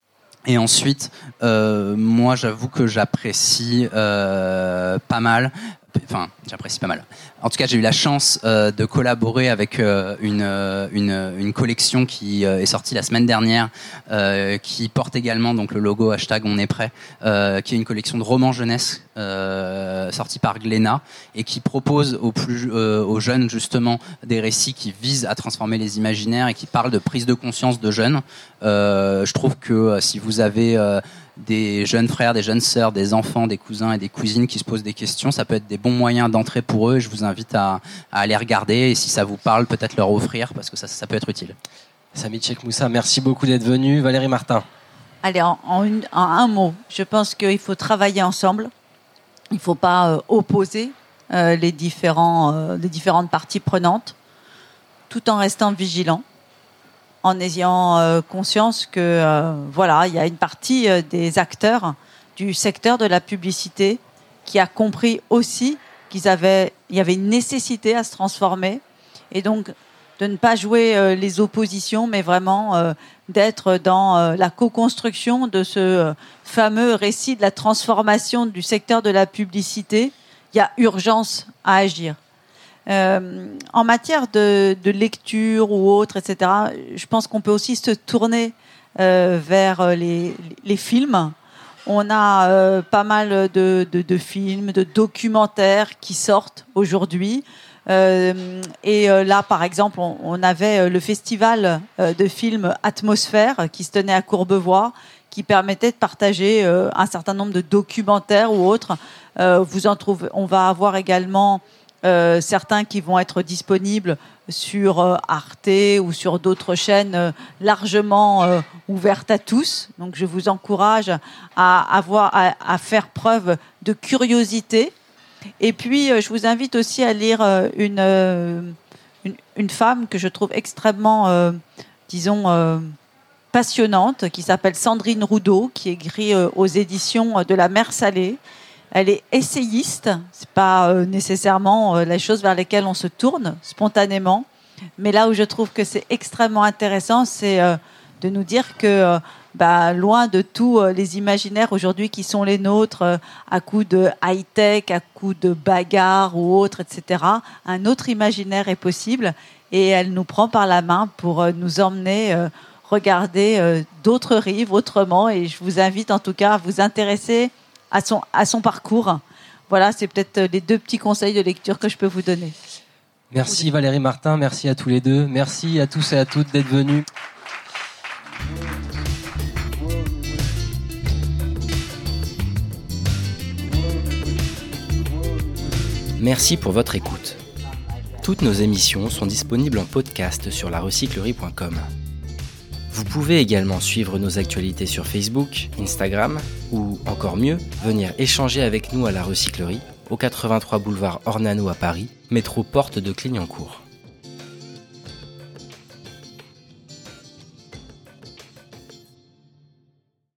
Et ensuite, euh, moi, j'avoue que j'apprécie euh, pas mal, enfin, j'apprécie pas mal. En tout cas, j'ai eu la chance euh, de collaborer avec euh, une, une, une collection qui euh, est sortie la semaine dernière, euh, qui porte également donc le logo hashtag On est prêt, euh, qui est une collection de romans jeunesse euh, sortie par Glénat et qui propose aux, plus, euh, aux jeunes justement des récits qui visent à transformer les imaginaires et qui parlent de prise de conscience de jeunes. Euh, je trouve que euh, si vous avez euh, des jeunes frères, des jeunes sœurs, des enfants, des cousins et des cousines qui se posent des questions, ça peut être des bons moyens d'entrée pour eux. Je vous invite à, à aller regarder, et si ça vous parle, peut-être leur offrir, parce que ça, ça peut être utile. Samy Tchek Moussa, merci beaucoup d'être venu. Valérie Martin. Allez, en, en, une, en un mot, je pense qu'il faut travailler ensemble. Il ne faut pas euh, opposer euh, les, différents, euh, les différentes parties prenantes, tout en restant vigilant, en ayant euh, conscience que euh, voilà, il y a une partie euh, des acteurs du secteur de la publicité qui a compris aussi qu'il avait, y avait une nécessité à se transformer, et donc de ne pas jouer euh, les oppositions, mais vraiment euh, d'être dans euh, la co-construction de ce euh, fameux récit de la transformation du secteur de la publicité. Il y a urgence à agir. Euh, en matière de, de lecture ou autre, et cetera, je pense qu'on peut aussi se tourner euh, vers les, les films. On a euh, pas mal de, de, de films, de documentaires qui sortent aujourd'hui. Euh, et euh, là, par exemple, on, on avait le festival euh, de films Atmosphère qui se tenait à Courbevoie, qui permettait de partager euh, un certain nombre de documentaires ou autres. Euh, vous en trouvez, on va avoir également Euh, certains qui vont être disponibles sur euh, Arte ou sur d'autres chaînes euh, largement euh, ouvertes à tous. Donc je vous encourage à, avoir, à, à faire preuve de curiosité. Et puis euh, je vous invite aussi à lire euh, une, euh, une, une femme que je trouve extrêmement, euh, disons, euh, passionnante, qui s'appelle Sandrine Roudot, qui écrit euh, aux éditions de La Mer Salée. Elle est essayiste, c'est pas euh, nécessairement euh, la chose vers laquelle on se tourne spontanément, mais là où je trouve que c'est extrêmement intéressant, c'est euh, de nous dire que euh, bah, loin de tous euh, les imaginaires aujourd'hui qui sont les nôtres, euh, à coup de high-tech, à coup de bagarre ou autre, et cetera, un autre imaginaire est possible, et elle nous prend par la main pour euh, nous emmener euh, regarder euh, d'autres rives autrement, et je vous invite en tout cas à vous intéresser à son, à son parcours. Voilà, c'est peut-être les deux petits conseils de lecture que je peux vous donner. Merci Valérie Martin, merci à tous les deux. Merci à tous et à toutes d'être venus. Merci pour votre écoute. Toutes nos émissions sont disponibles en podcast sur la recyclerie point com. Vous pouvez également suivre nos actualités sur Facebook, Instagram ou, encore mieux, venir échanger avec nous à la recyclerie, au quatre-vingt-trois boulevard Ornano à Paris, métro porte de Clignancourt.